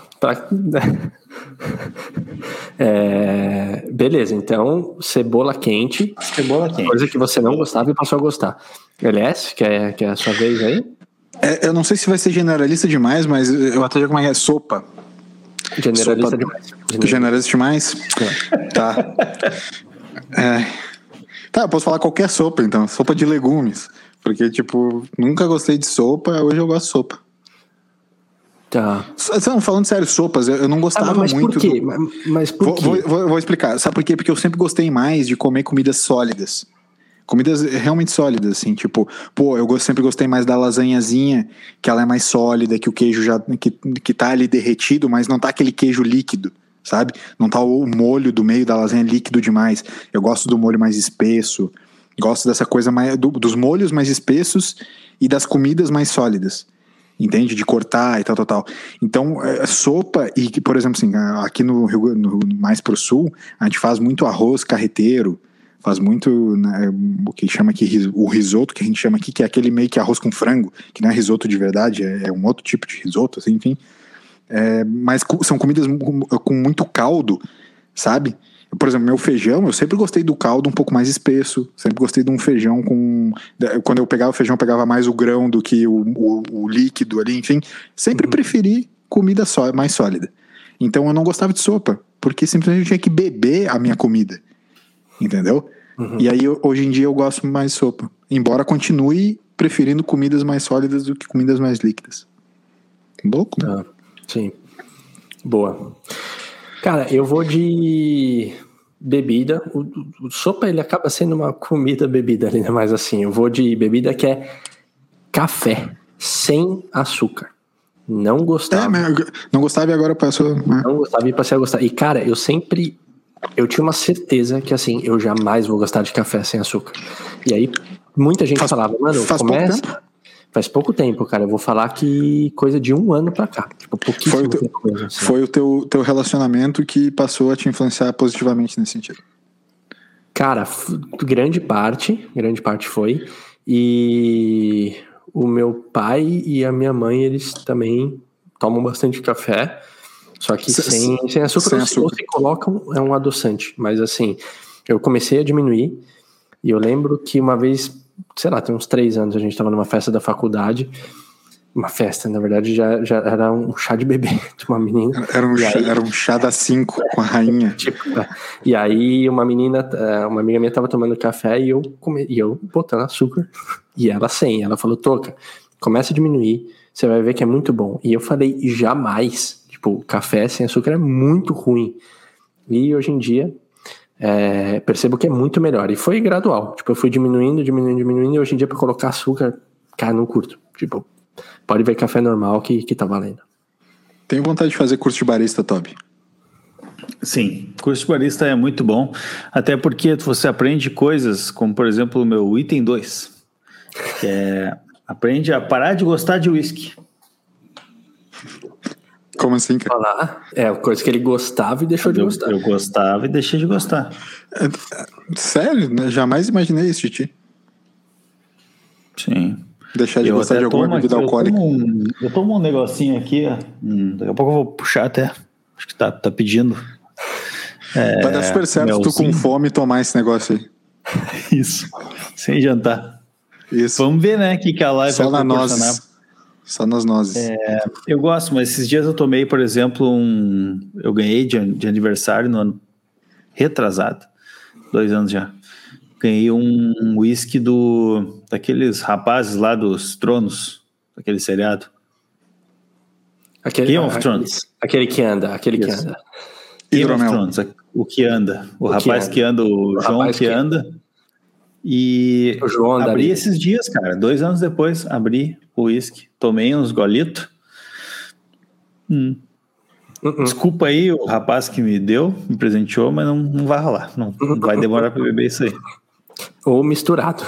Beleza, então cebola quente. Coisa que você não gostava e passou a gostar. LS, que é a sua vez aí? Eu não sei se vai ser generalista demais, mas eu até já como é sopa. Generalista demais. Generalista demais? Tá. Tá, eu posso falar qualquer sopa, então. Sopa de legumes. Porque, tipo, nunca gostei de sopa, hoje eu gosto de sopa. Tá. Falando sério, sopas, eu não gostava mas muito. Por quê? Mas por quê? Vou explicar. Sabe por quê? Porque eu sempre gostei mais de comer comidas sólidas. Comidas realmente sólidas, assim, tipo, pô, eu sempre gostei mais da lasanhazinha, que ela é mais sólida, que o queijo já, que tá ali derretido, mas não tá aquele queijo líquido, sabe? Não tá o molho do meio da lasanha líquido demais. Eu gosto do molho mais espesso, gosto dessa coisa mais, dos molhos mais espessos e das comidas mais sólidas, entende? De cortar e tal. Então, sopa, e por exemplo, assim, aqui no Rio, mais pro sul, a gente faz muito arroz carreteiro, faz muito, né, o que chama aqui, o risoto, que a gente chama aqui, que é aquele meio que arroz com frango, que não é risoto de verdade, é um outro tipo de risoto, assim, enfim. Mas são comidas com muito caldo, sabe? Por exemplo, meu feijão, eu sempre gostei do caldo um pouco mais espesso, sempre gostei de um feijão com... Quando eu pegava o feijão, eu pegava mais o grão do que o líquido ali, enfim. Sempre preferi comida mais sólida. Então eu não gostava de sopa, porque simplesmente eu tinha que beber a minha comida. Entendeu? E aí, hoje em dia, eu gosto mais de sopa. Embora continue preferindo comidas mais sólidas do que comidas mais líquidas. Louco, né? Sim. Boa. Cara, eu vou de bebida. O sopa, ele acaba sendo uma comida-bebida ali, né? Mas assim, eu vou de bebida que é café sem açúcar. Não gostava. Não gostava e agora passou... Não gostava e passei a gostar. E, cara, eu tinha uma certeza que, assim, eu jamais vou gostar de café sem açúcar. E aí, muita gente falava, mano, começa... Faz pouco tempo, cara. Eu vou falar que coisa de 1 ano pra cá. Tipo, pouquíssimo tempo mesmo, assim. Foi o teu relacionamento que passou a te influenciar positivamente nesse sentido? Cara, grande parte foi. E o meu pai e a minha mãe, eles também tomam bastante café. Só que sem açúcar, ou se colocam, é um adoçante. Mas assim, eu comecei a diminuir. E eu lembro que uma vez, sei lá, tem uns 3 anos, a gente tava numa festa da faculdade. Uma festa, na verdade, já era um chá de bebê de uma menina. Era um chá das 5 com a rainha. Tipo, e aí uma amiga minha tava tomando café e eu botando açúcar. E ela sem. Ela falou, Toca, começa a diminuir, você vai ver que é muito bom. E eu falei, jamais. Tipo, café sem açúcar é muito ruim. E hoje em dia, percebo que é muito melhor. E foi gradual. Tipo, eu fui diminuindo. E hoje em dia, pra colocar açúcar, cara, não curto. Tipo, pode ver café normal que tá valendo. Tenho vontade de fazer curso de barista, Toby. Sim, curso de barista é muito bom. Até porque você aprende coisas, como por exemplo o meu item 2. Que aprende a parar de gostar de uísque. Como assim, cara? Falar, coisa que ele gostava e deixou de gostar. Eu gostava e deixei de gostar. Sério? Né? Jamais imaginei isso de ti. Sim. Deixar de gostar de alguma bebida alcoólica. Eu tomo um negocinho aqui, ó. Daqui a pouco eu vou puxar até. Acho que tá pedindo. Vai dar super certo tu com fome tomar esse negócio aí. Isso. Sem jantar. Isso. Vamos ver, né? Que a live vai proporcionar. Só nas nozes. Eu gosto, mas esses dias eu tomei, por exemplo, eu ganhei de aniversário no ano retrasado, 2 anos já. Ganhei um whisky daqueles rapazes lá dos Tronos, daquele seriado. Game of Thrones. Aquele que anda. Game of Thrones, o que anda. O rapaz que anda, o João que anda. E o João abri esses dias, cara. 2 anos depois, abri o whisky. Tomei uns golitos. Desculpa aí o rapaz que me presenteou, mas não vai rolar. Não vai demorar pra beber isso aí. Ou misturado.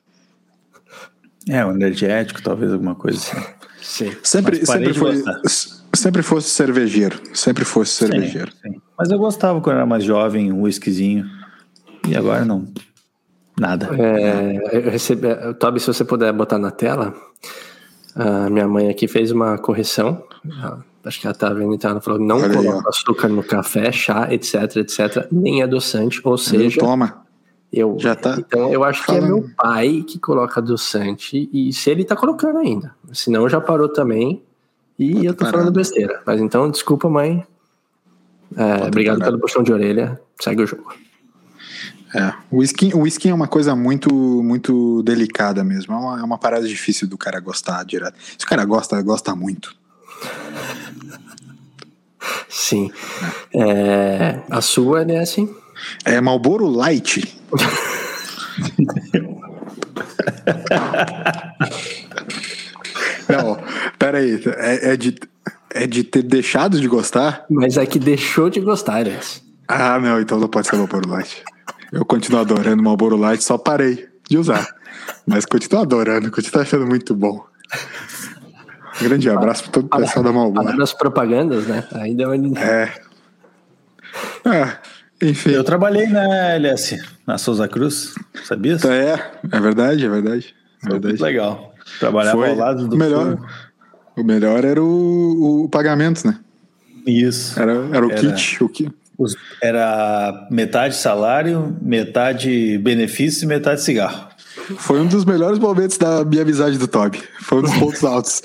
Um energético, talvez alguma coisa assim. Sim. Sempre fosse cervejeiro. Sim. Mas eu gostava quando era mais jovem, um whiskyzinho. E agora não. Nada. Eu recebi, Toby, se você puder botar na tela, a minha mãe aqui fez uma correção. Acho que ela tá vendo, então ela falou: não coloca açúcar no café, chá, etc, nem adoçante, ou seja. Toma. Já tá. Então eu acho que é meu pai que coloca adoçante, e se ele tá colocando ainda. Senão já parou também. E eu tô falando besteira. Mas então, desculpa, mãe. Obrigado pelo puxão de orelha. Segue o jogo. O whisky é uma coisa muito, muito delicada mesmo. É uma parada difícil do cara gostar direto. Se o cara gosta muito. Sim. A sua é assim? É Marlboro Light. Não, peraí. É de ter deixado de gostar? Mas é que deixou de gostar, Elias. Ah, não, então não pode ser Marlboro Light. Eu continuo adorando Marlboro Light, só parei de usar. Mas continuo adorando, continuo achando muito bom. Grande abraço para todo o pessoal da Marlboro. Das propagandas, né? Ainda enfim. Eu trabalhei na LS, na Souza Cruz, sabia? É verdade. Muito legal. Trabalhava ao lado do melhor. O melhor era o pagamento, né? Isso. Era o kit. Era metade salário, metade benefício e metade cigarro. Foi um dos melhores momentos da minha amizade do Toby. Foi um dos pontos altos.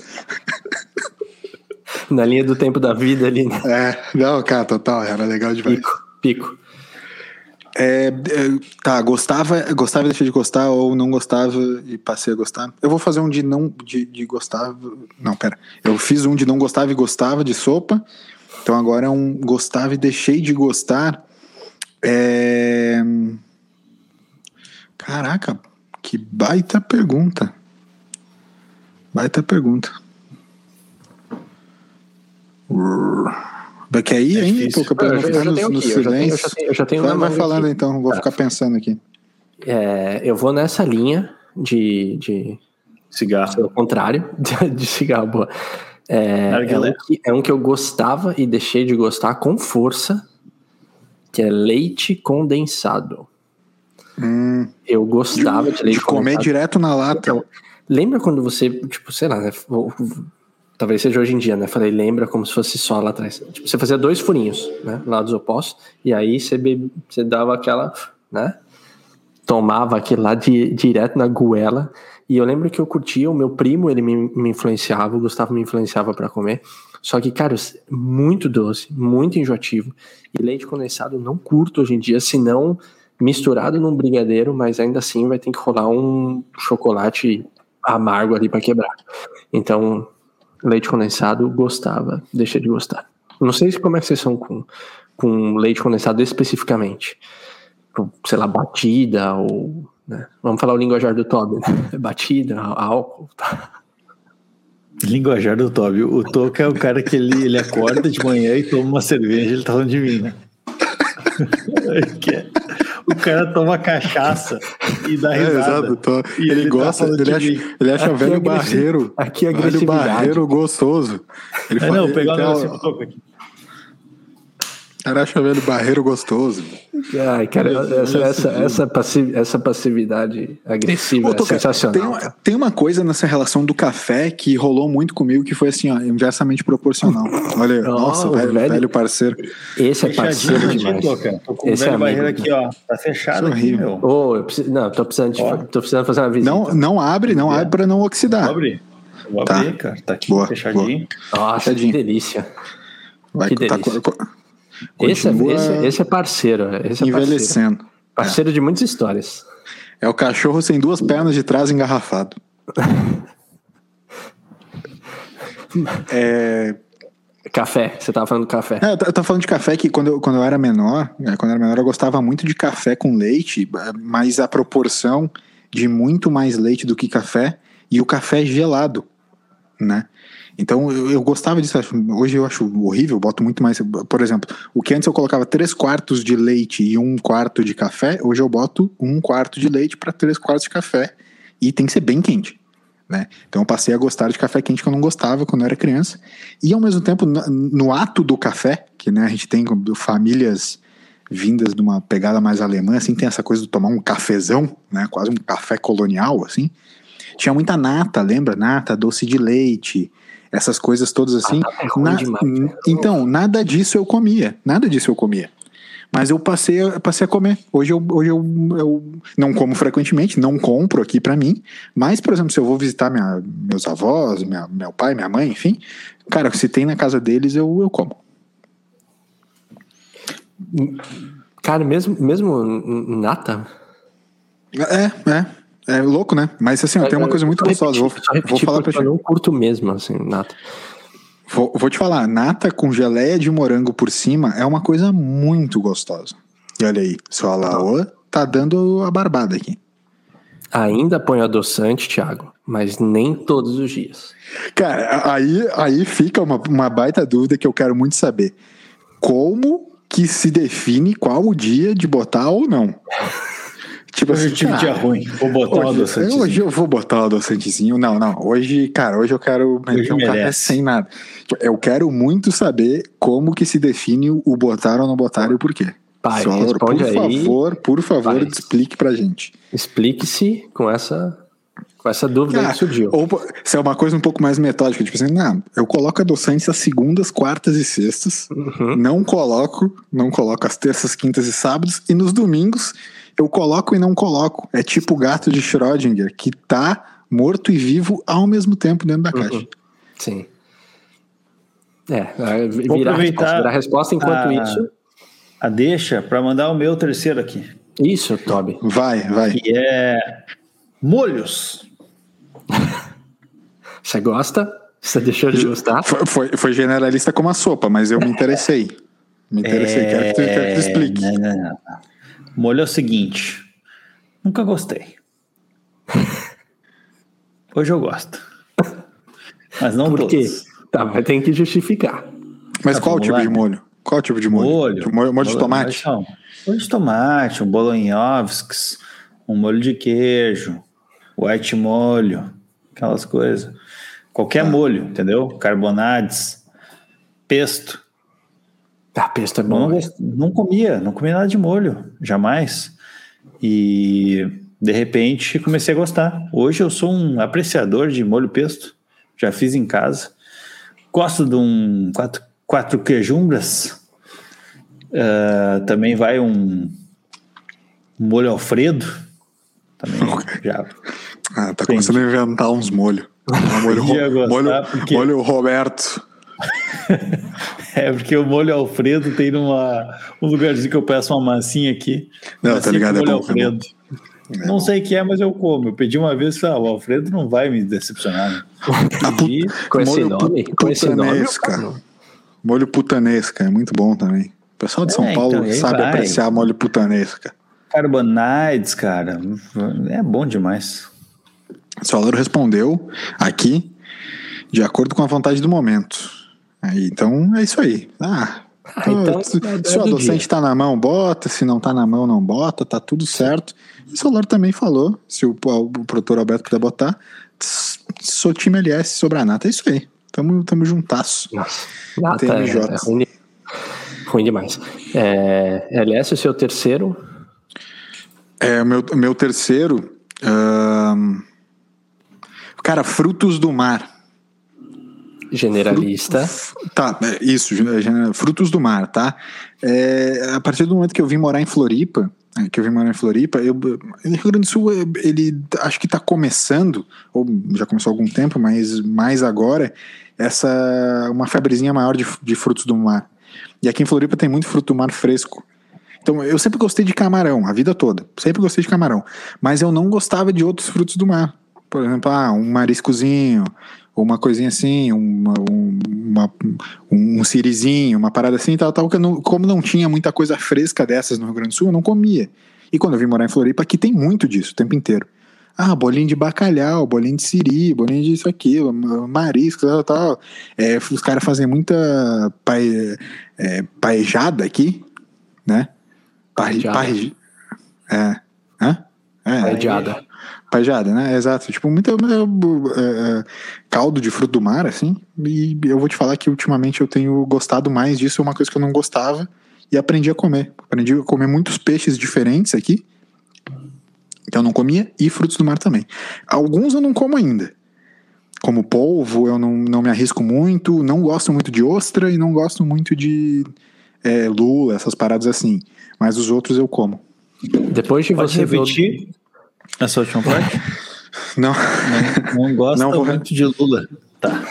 Na linha do tempo da vida ali, né? Não, cara, total, era legal demais. Pico. Gostava e deixei de gostar, ou não gostava e passei a gostar. Eu vou fazer um de gostar. Não, pera. Eu fiz um de não gostava e gostava de sopa. Então agora é um gostava e deixei de gostar. Caraca, que baita pergunta. Vai quer ir ainda? Pô, pra não ficar no silêncio. Eu já tenho vai falando aqui. Então, vou ficar pensando aqui. Eu vou nessa linha de cigarro. Ao contrário, de cigarro, boa. É um que eu gostava e deixei de gostar com força, que é leite condensado. Eu gostava de leite condensado. De comer direto na lata. Então, lembra quando você, tipo, sei lá, né? Talvez seja hoje em dia, né? Falei, lembra como se fosse só lá atrás. Tipo, você fazia 2 furinhos, né? Lados opostos. E aí você dava aquela, né? Tomava aquilo lá direto na goela. E eu lembro que eu curtia, o meu primo, ele me influenciava, o Gustavo me influenciava pra comer. Só que, cara, muito doce, muito enjoativo. E leite condensado eu não curto hoje em dia, senão misturado num brigadeiro, mas ainda assim vai ter que rolar um chocolate amargo ali pra quebrar. Então, leite condensado gostava, deixei de gostar. Não sei como é que vocês são com leite condensado especificamente. Sei lá, batida ou... né? Vamos falar o linguajar do Toby, né? Batida, álcool, tá? Linguajar do Toby. O Toca é o cara que ele acorda de manhã e toma uma cerveja, ele tá falando de mim, né? O cara toma cachaça e dá risada. Exato, e ele gosta, ele acha velho barreiro. Aqui é velho barreiro gostoso. Ele fala, não, pegar o negócio pro Toca aqui. Cara, acha velho barreiro gostoso. Ai, cara, essa passividade agressiva é sensacional. Tem uma coisa nessa relação do café que rolou muito comigo, que foi assim, ó, inversamente proporcional. Olha, nossa, velho parceiro. Esse é parceiro demais. Tô com esse velho barreiro aqui, ó. Tá fechado aqui, meu. Tô precisando fazer uma visita. Não abre pra não oxidar. Vou abrir, cara. Tá aqui, fechadinho. Nossa, que delícia. Que delícia. Esse é parceiro. Esse é envelhecendo. Parceiro de muitas histórias. É o cachorro sem 2 pernas de trás engarrafado. Café, você tava falando do café. Eu tava falando de café que quando eu era menor, eu gostava muito de café com leite, mas a proporção de muito mais leite do que café, e o café gelado, né? Então eu gostava disso. Hoje eu acho horrível, boto muito mais. Por exemplo, o que antes eu colocava 3/4 de leite e 1/4 de café, hoje eu boto 1/4 de leite para 3/4 de café, e tem que ser bem quente, né? Então eu passei a gostar de café quente, que eu não gostava quando eu era criança. E ao mesmo tempo, no ato do café, que, né, a gente tem famílias vindas de uma pegada mais alemã, assim, tem essa coisa de tomar um cafezão, né, quase um café colonial, assim. Tinha muita nata, lembra? Nata, doce de leite, essas coisas todas assim. Então, nada disso eu comia. Mas eu passei a comer. Hoje eu não como frequentemente, não compro aqui pra mim. Mas, por exemplo, se eu vou visitar meus avós, meu pai, minha mãe, enfim, cara, se tem na casa deles, eu como. Cara, mesmo nata? É louco, né? Mas assim, tem uma coisa muito gostosa. Vou falar pra ti. Eu não curto mesmo, assim, nata. Vou te falar, nata com geleia de morango por cima é uma coisa muito gostosa. E olha aí, sua Laoa tá dando a barbada aqui. Ainda põe adoçante, Thiago, mas nem todos os dias. Cara, aí fica uma baita dúvida que eu quero muito saber. Como que se define qual o dia de botar ou não? Tipo hoje eu tive dia ruim, vou botar o adoçantezinho. Hoje eu vou botar o adoçantezinho. Não, hoje eu quero meter um café sem nada. Eu quero muito saber como que se define o botar ou não botar e o porquê. Pai, Solor, por favor, pai, explique pra gente. Explique-se com essa dúvida que surgiu. Ou se é uma coisa um pouco mais metódica, tipo assim, eu coloco adoçantes às segundas, quartas e sextas, não coloco às terças, quintas e sábados, e nos domingos eu coloco e não coloco. É tipo o gato de Schrödinger, que tá morto e vivo ao mesmo tempo dentro da caixa. Sim. Virar a resposta enquanto isso. A deixa para mandar o meu terceiro aqui. Isso, Toby. Vai. Que é molhos. Você gosta? Você deixou de gostar? Foi generalista como a sopa, mas eu me interessei. Quero que tu explique. Não. Molho é o seguinte. Nunca gostei. Hoje eu gosto. Mas não todos. Por quê? Tá, mas tem que justificar. Mas qual o tipo de molho? Qual o tipo de molho? Molho de tomate? Molho de tomate, um bolonhosks, um molho de queijo, white molho, aquelas coisas. Qualquer molho, entendeu? Carbonades, pesto. Pesto é bom. Não comia nada de molho, jamais. E de repente comecei a gostar. Hoje eu sou um apreciador de molho pesto. Já fiz em casa. Gosto de um quatro queijumbras. Também vai um molho Alfredo. Também já. Tá começando a inventar uns molhos. Molho Roberto. Porque o molho Alfredo tem um lugarzinho que eu peço uma massinha aqui. Não, tá ligado? Molho Alfredo. Não sei o que é, mas eu como. Eu pedi uma vez e falei, o Alfredo não vai me decepcionar. Com esse nome? Molho putanesca, é muito bom também. O pessoal de São Paulo sabe apreciar molho putanesca. Carbonades, cara, é bom demais. O Solor respondeu aqui de acordo com a vontade do momento. Então é isso aí. Se o adoçante tá na mão, bota. Se não tá na mão, não bota. Tá tudo certo. E o Solor também falou, se o produtor Alberto puder botar, sou time LS sobre a nata. É isso aí. Tamo juntasso. Nossa, nata é ruim demais. LS, o seu terceiro? O meu terceiro... Cara, frutos do mar. Generalista. Isso, frutos do mar, tá? A partir do momento que eu vim morar em Floripa, o Rio Grande do Sul, ele acho que tá começando, ou já começou há algum tempo, mas mais agora, uma febrezinha maior de frutos do mar. E aqui em Floripa tem muito fruto do mar fresco. Então, eu sempre gostei de camarão, a vida toda. Sempre gostei de camarão. Mas eu não gostava de outros frutos do mar. Por exemplo, um mariscozinho, ou uma coisinha assim, um sirizinho, uma parada assim, tal, como não tinha muita coisa fresca dessas no Rio Grande do Sul, eu não comia. E quando eu vim morar em Floripa, aqui tem muito disso, o tempo inteiro. Bolinho de bacalhau, bolinho de siri, bolinho de isso, aquilo, marisco, tal. Os caras fazem muita paejada aqui, né? Paejada, né? Exato. Tipo, muito caldo de fruto do mar, assim. E eu vou te falar que ultimamente eu tenho gostado mais disso. É uma coisa que eu não gostava e aprendi a comer. Aprendi a comer muitos peixes diferentes aqui. Então eu não comia, e frutos do mar também. Alguns eu não como ainda. Como polvo, eu não me arrisco muito. Não gosto muito de ostra e não gosto muito de lula, essas paradas assim. Mas os outros eu como. Depois de você repetir essa última parte? Não gosta muito de lula. Tá.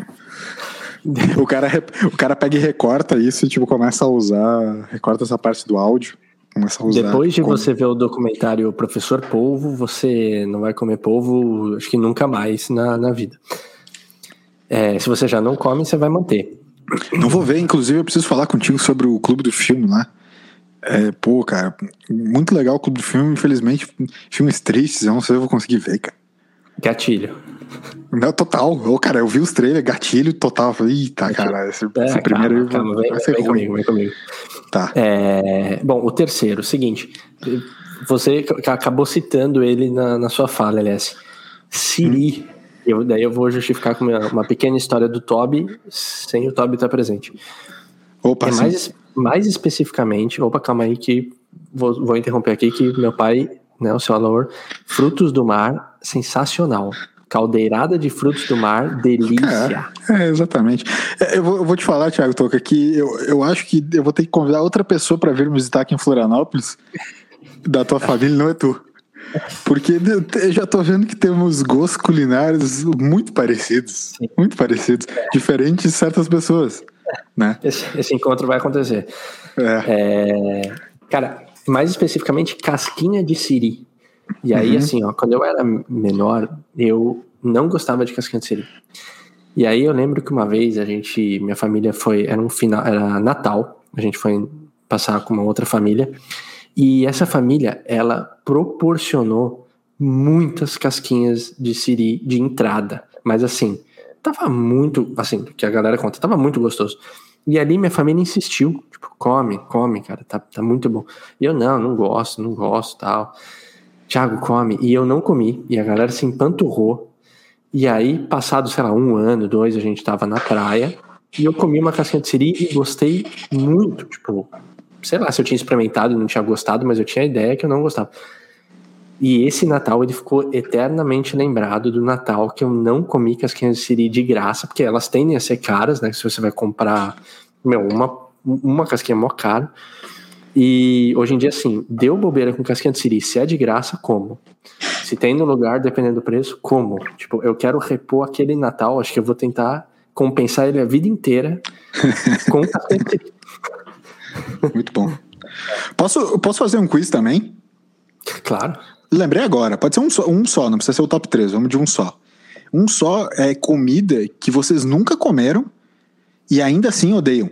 O cara pega e recorta isso e tipo, começa a usar, recorta essa parte do áudio, começa a usar. Depois de você ver o documentário Professor Polvo, você não vai comer polvo, acho que nunca mais na vida. Se você já não come, você vai manter. Não vou ver, inclusive eu preciso falar contigo sobre o Clube do Filme lá. Pô, cara, muito legal o Clube do Filme. Infelizmente, filmes tristes, eu não sei se eu vou conseguir ver, cara. Gatilho. Não, total. Cara, eu vi os trailers, gatilho total. Eu falei, eita, cara, esse primeiro calma, vai ser ruim. Vem comigo. Tá. Bom, o terceiro, seguinte. Você acabou citando ele na sua fala, aliás. Siri. Daí eu vou justificar com uma pequena história do Toby, sem o Toby estar presente. Opa, mais especificamente, calma aí que vou interromper aqui, que meu pai, né, o seu Alaor, frutos do mar, sensacional. Caldeirada de frutos do mar, delícia. Exatamente. Eu vou te falar, Thiago Toca, que eu acho que eu vou ter que convidar outra pessoa para vir me visitar aqui em Florianópolis, da tua família, não é tu. Porque eu já tô vendo que temos gostos culinários muito parecidos. Sim. Muito parecidos. Diferentes de certas pessoas. Né? Esse encontro vai acontecer. Cara, mais especificamente, casquinha de siri. E aí, assim, quando eu era menor, eu não gostava de casquinha de siri. E aí eu lembro que uma vez minha família era Natal, a gente foi passar com uma outra família, e essa família, ela proporcionou muitas casquinhas de siri de entrada, mas assim, tava muito, assim, que a galera conta, tava muito gostoso. E ali minha família insistiu, tipo, come, cara, tá muito bom. E eu, não gosto, tal. Thiago, come. E eu não comi, e a galera se empanturrou. E aí, passado, sei lá, 1 ano, 2, a gente tava na praia, e eu comi uma casquinha de siri e gostei muito, tipo, sei lá se eu tinha experimentado e não tinha gostado, mas eu tinha a ideia que eu não gostava. E esse Natal, ele ficou eternamente lembrado do Natal que eu não comi casquinhas de siri de graça, porque elas tendem a ser caras, né? Se você vai comprar, uma casquinha é mó caro. E hoje em dia, assim, deu bobeira com casquinha de siri. Se é de graça, como? Se tem no lugar, dependendo do preço, como? Tipo, eu quero repor aquele Natal, acho que eu vou tentar compensar ele a vida inteira com casquinha de siri. Muito bom. Posso fazer um quiz também? Claro. Lembrei agora, pode ser um só, não precisa ser o top 3, vamos de um só. Um só é comida que vocês nunca comeram e ainda assim odeiam.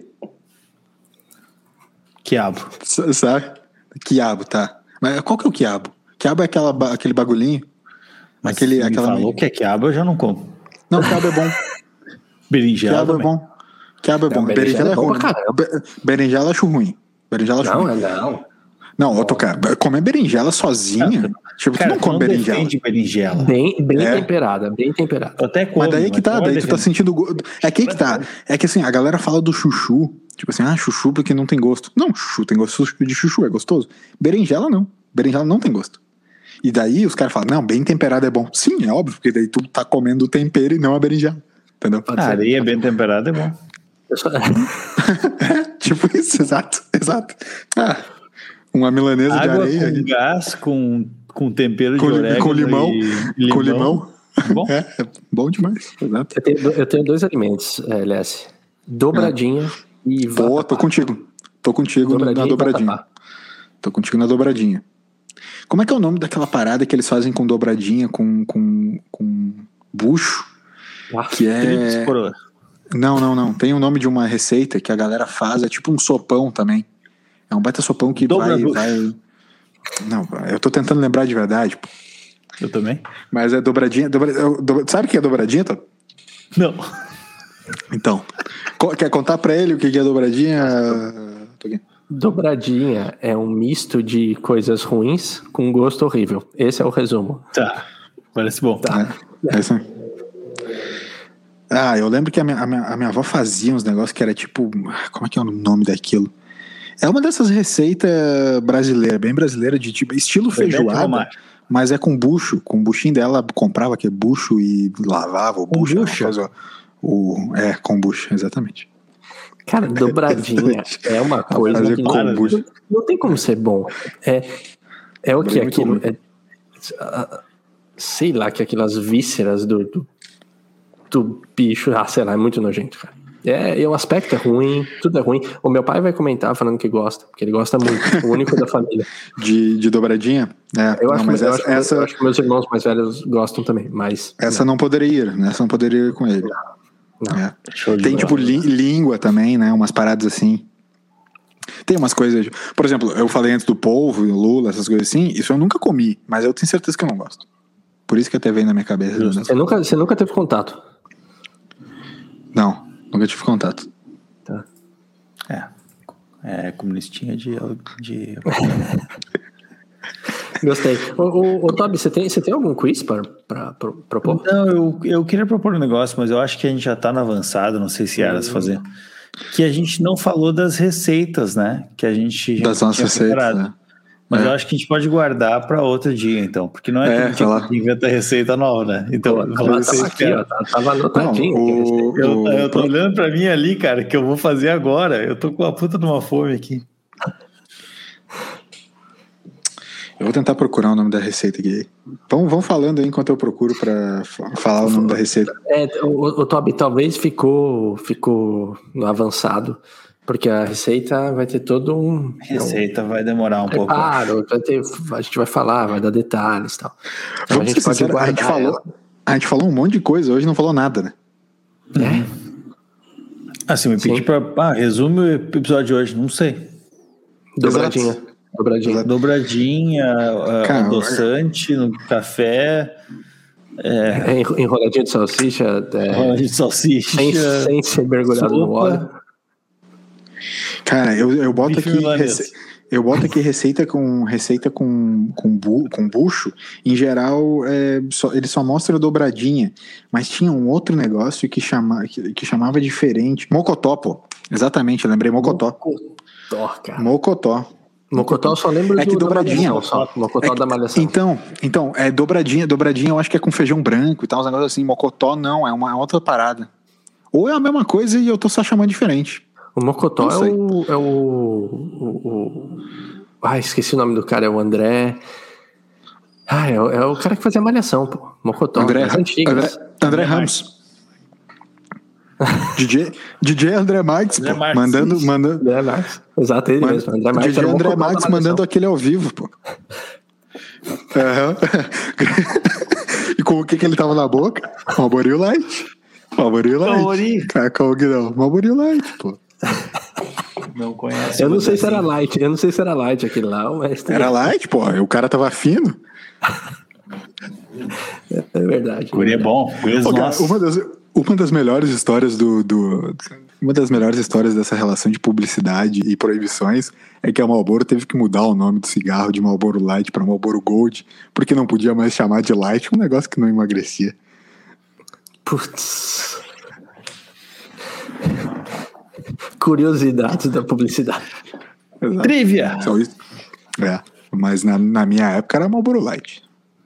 Quiabo. Sabe? Quiabo, tá. Mas qual que é o quiabo? Quiabo é aquele bagulhinho? Mas aquela falou que é quiabo, eu já não como. Não, quiabo é bom. Berinjela quiabo também. É bom. Quiabo é bom. Berinjela é ruim. Berinjela eu acho ruim. Não, comer berinjela sozinha. Tipo, cara, tu não come berinjela. Bem temperada. Eu até como, mas daí que tá, daí tu tá sentindo gosto. É que tá. É que assim, a galera fala do chuchu. Tipo assim, chuchu porque não tem gosto. Não, chuchu tem gosto de chuchu, é gostoso. Berinjela não. Berinjela não tem gosto. E daí os caras falam, não, bem temperado é bom. Sim, é óbvio, porque daí tu tá comendo o tempero e não a berinjela. Entendeu? Areia bem temperada é bom. Tipo isso, exato. Uma milanesa água de areia. Com gás, com tempero de orégano com limão. Com limão. Bom. É bom demais. Exato. Eu tenho 2 alimentos, Lécio. Dobradinha e vatapá. Pô, tô contigo na dobradinha. Tô contigo na dobradinha. Como é que é o nome daquela parada que eles fazem com dobradinha, com bucho? Que é... Não. Tem o nome de uma receita que a galera faz, é tipo um sopão também. É um baita sopão que vai... Não, eu tô tentando lembrar de verdade. Pô. Eu também. Mas é dobradinha... Sabe o que é dobradinha, Tô? Não. Então, quer contar pra ele o que é dobradinha? Dobradinha é um misto de coisas ruins com gosto horrível. Esse é o resumo. Tá, parece bom. Tá. É isso aí. Eu lembro que a minha avó fazia uns negócios que era tipo... Como é que é o nome daquilo? É uma dessas receitas brasileiras, bem brasileira, de tipo estilo feijoada, mas é com bucho. Com o buchinho dela, comprava aquele bucho e lavava o bucho. Com bucho, exatamente. Cara, dobradinha é uma coisa que não tem como ser bom. É o que é aquilo? Sei lá, que aquelas vísceras do bicho, sei lá, é muito nojento, cara. O aspecto é ruim, tudo é ruim. O meu pai vai comentar falando que gosta, porque ele gosta muito, o único da família. De dobradinha? Eu acho que meus irmãos mais velhos gostam também, mas... Essa não poderia ir com ele. Não. Tem tipo língua também, né? Umas paradas assim. Tem umas coisas, por exemplo, eu falei antes do polvo, lula, essas coisas assim, isso eu nunca comi, mas eu tenho certeza que eu não gosto. Por isso que até vem na minha cabeça. Você nunca teve contato? Não, nunca tive contato. Tá. É comunistinha de... Gostei. Ô Tobi, você tem algum quiz para propor? Não, eu queria propor um negócio, mas eu acho que a gente já tá no avançado, não sei se era se fazer. Que a gente não falou das receitas, né? Que a gente já das nossas receitas, né? Mas eu acho que a gente pode guardar para outro dia, então. Porque não é todo dia que inventa receita nova, né? Então, tava anotadinho. Eu tô olhando para mim ali, cara, que eu vou fazer agora. Eu tô com a puta de uma fome aqui. Eu vou tentar procurar o nome da receita aqui. Então vão falando aí enquanto eu procuro para falar o nome da receita. O Tobi talvez ficou no avançado, porque a receita vai ter todo um... Receita vai demorar um pouco. Claro, a gente vai falar, vai dar detalhes e tal. Então, vamos ser sinceros, a gente falou um monte de coisa, hoje não falou nada, né? Assim, me pedi para resume o episódio de hoje, não sei. Dobradinha, adoçante no café. Enroladinha de salsicha. Enroladinha de salsicha. Sem ser mergulhado no óleo. Cara, eu boto aqui. Eu boto aqui receita com bucho. Em geral, ele só mostra dobradinha. Mas tinha um outro negócio que chamava diferente. Mocotó, pô. Exatamente, eu lembrei Mocotó. Mocotó. Mocotó eu só lembro do dobradinha. Mocotó da Malhação. Então, dobradinha eu acho que é com feijão branco e tal, uns negócios assim. Mocotó não, é uma outra parada. Ou é a mesma coisa e eu tô só chamando diferente. O Mocotó é o... esqueci o nome do cara, é o André... é o cara que fazia Malhação, pô. Mocotó. André Ramos. DJ André Marques, pô. Mandando. André Marques. Exato, ele mesmo. DJ André Marques mandando aquele ao vivo, pô. E com o que ele tava na boca? Malborinho Light. Malborinho Light, pô. Não conhece. Eu não sei se era light aquele lá, mas... Era light, pô. O cara tava fino. É verdade. Guri é bom. Uma das melhores histórias uma das melhores histórias dessa relação de publicidade e proibições é que a Marlboro teve que mudar o nome do cigarro de Marlboro Light para Marlboro Gold, porque não podia mais chamar de Light, um negócio que não emagrecia. Putz. Curiosidades da publicidade. Exato. Trivia! Só isso. Mas na minha época era Marlboro Light.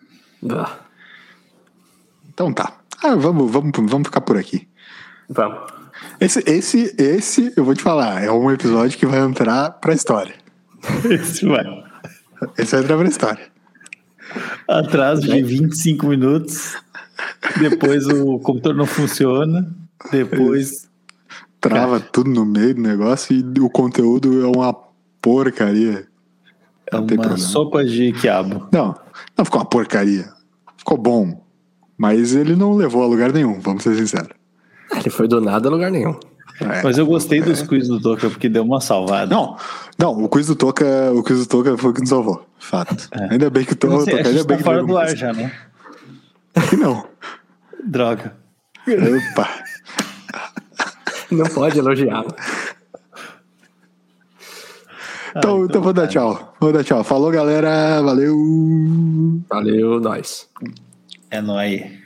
Então tá. Vamos ficar por aqui. Vamos. Esse, eu vou te falar, é um episódio que vai entrar pra história. Esse vai entrar pra história. Atraso de 25 minutos. Depois o computador não funciona. Depois... Trava tudo no meio do negócio e o conteúdo é uma porcaria. É uma sopa de quiabo. Não ficou uma porcaria. Ficou bom. Mas ele não levou a lugar nenhum, vamos ser sinceros. Ele foi do nada a lugar nenhum. Mas eu gostei dos quiz do Toca porque deu uma salvada. Não, o quiz do Toca foi o que nos salvou. Fato. Ainda bem que o Toca tá fora do ar já, né? Que não. Droga. Opa. Não pode elogiar. Então vou dar tchau. Falou, galera. Valeu. Valeu, nós. É nóis.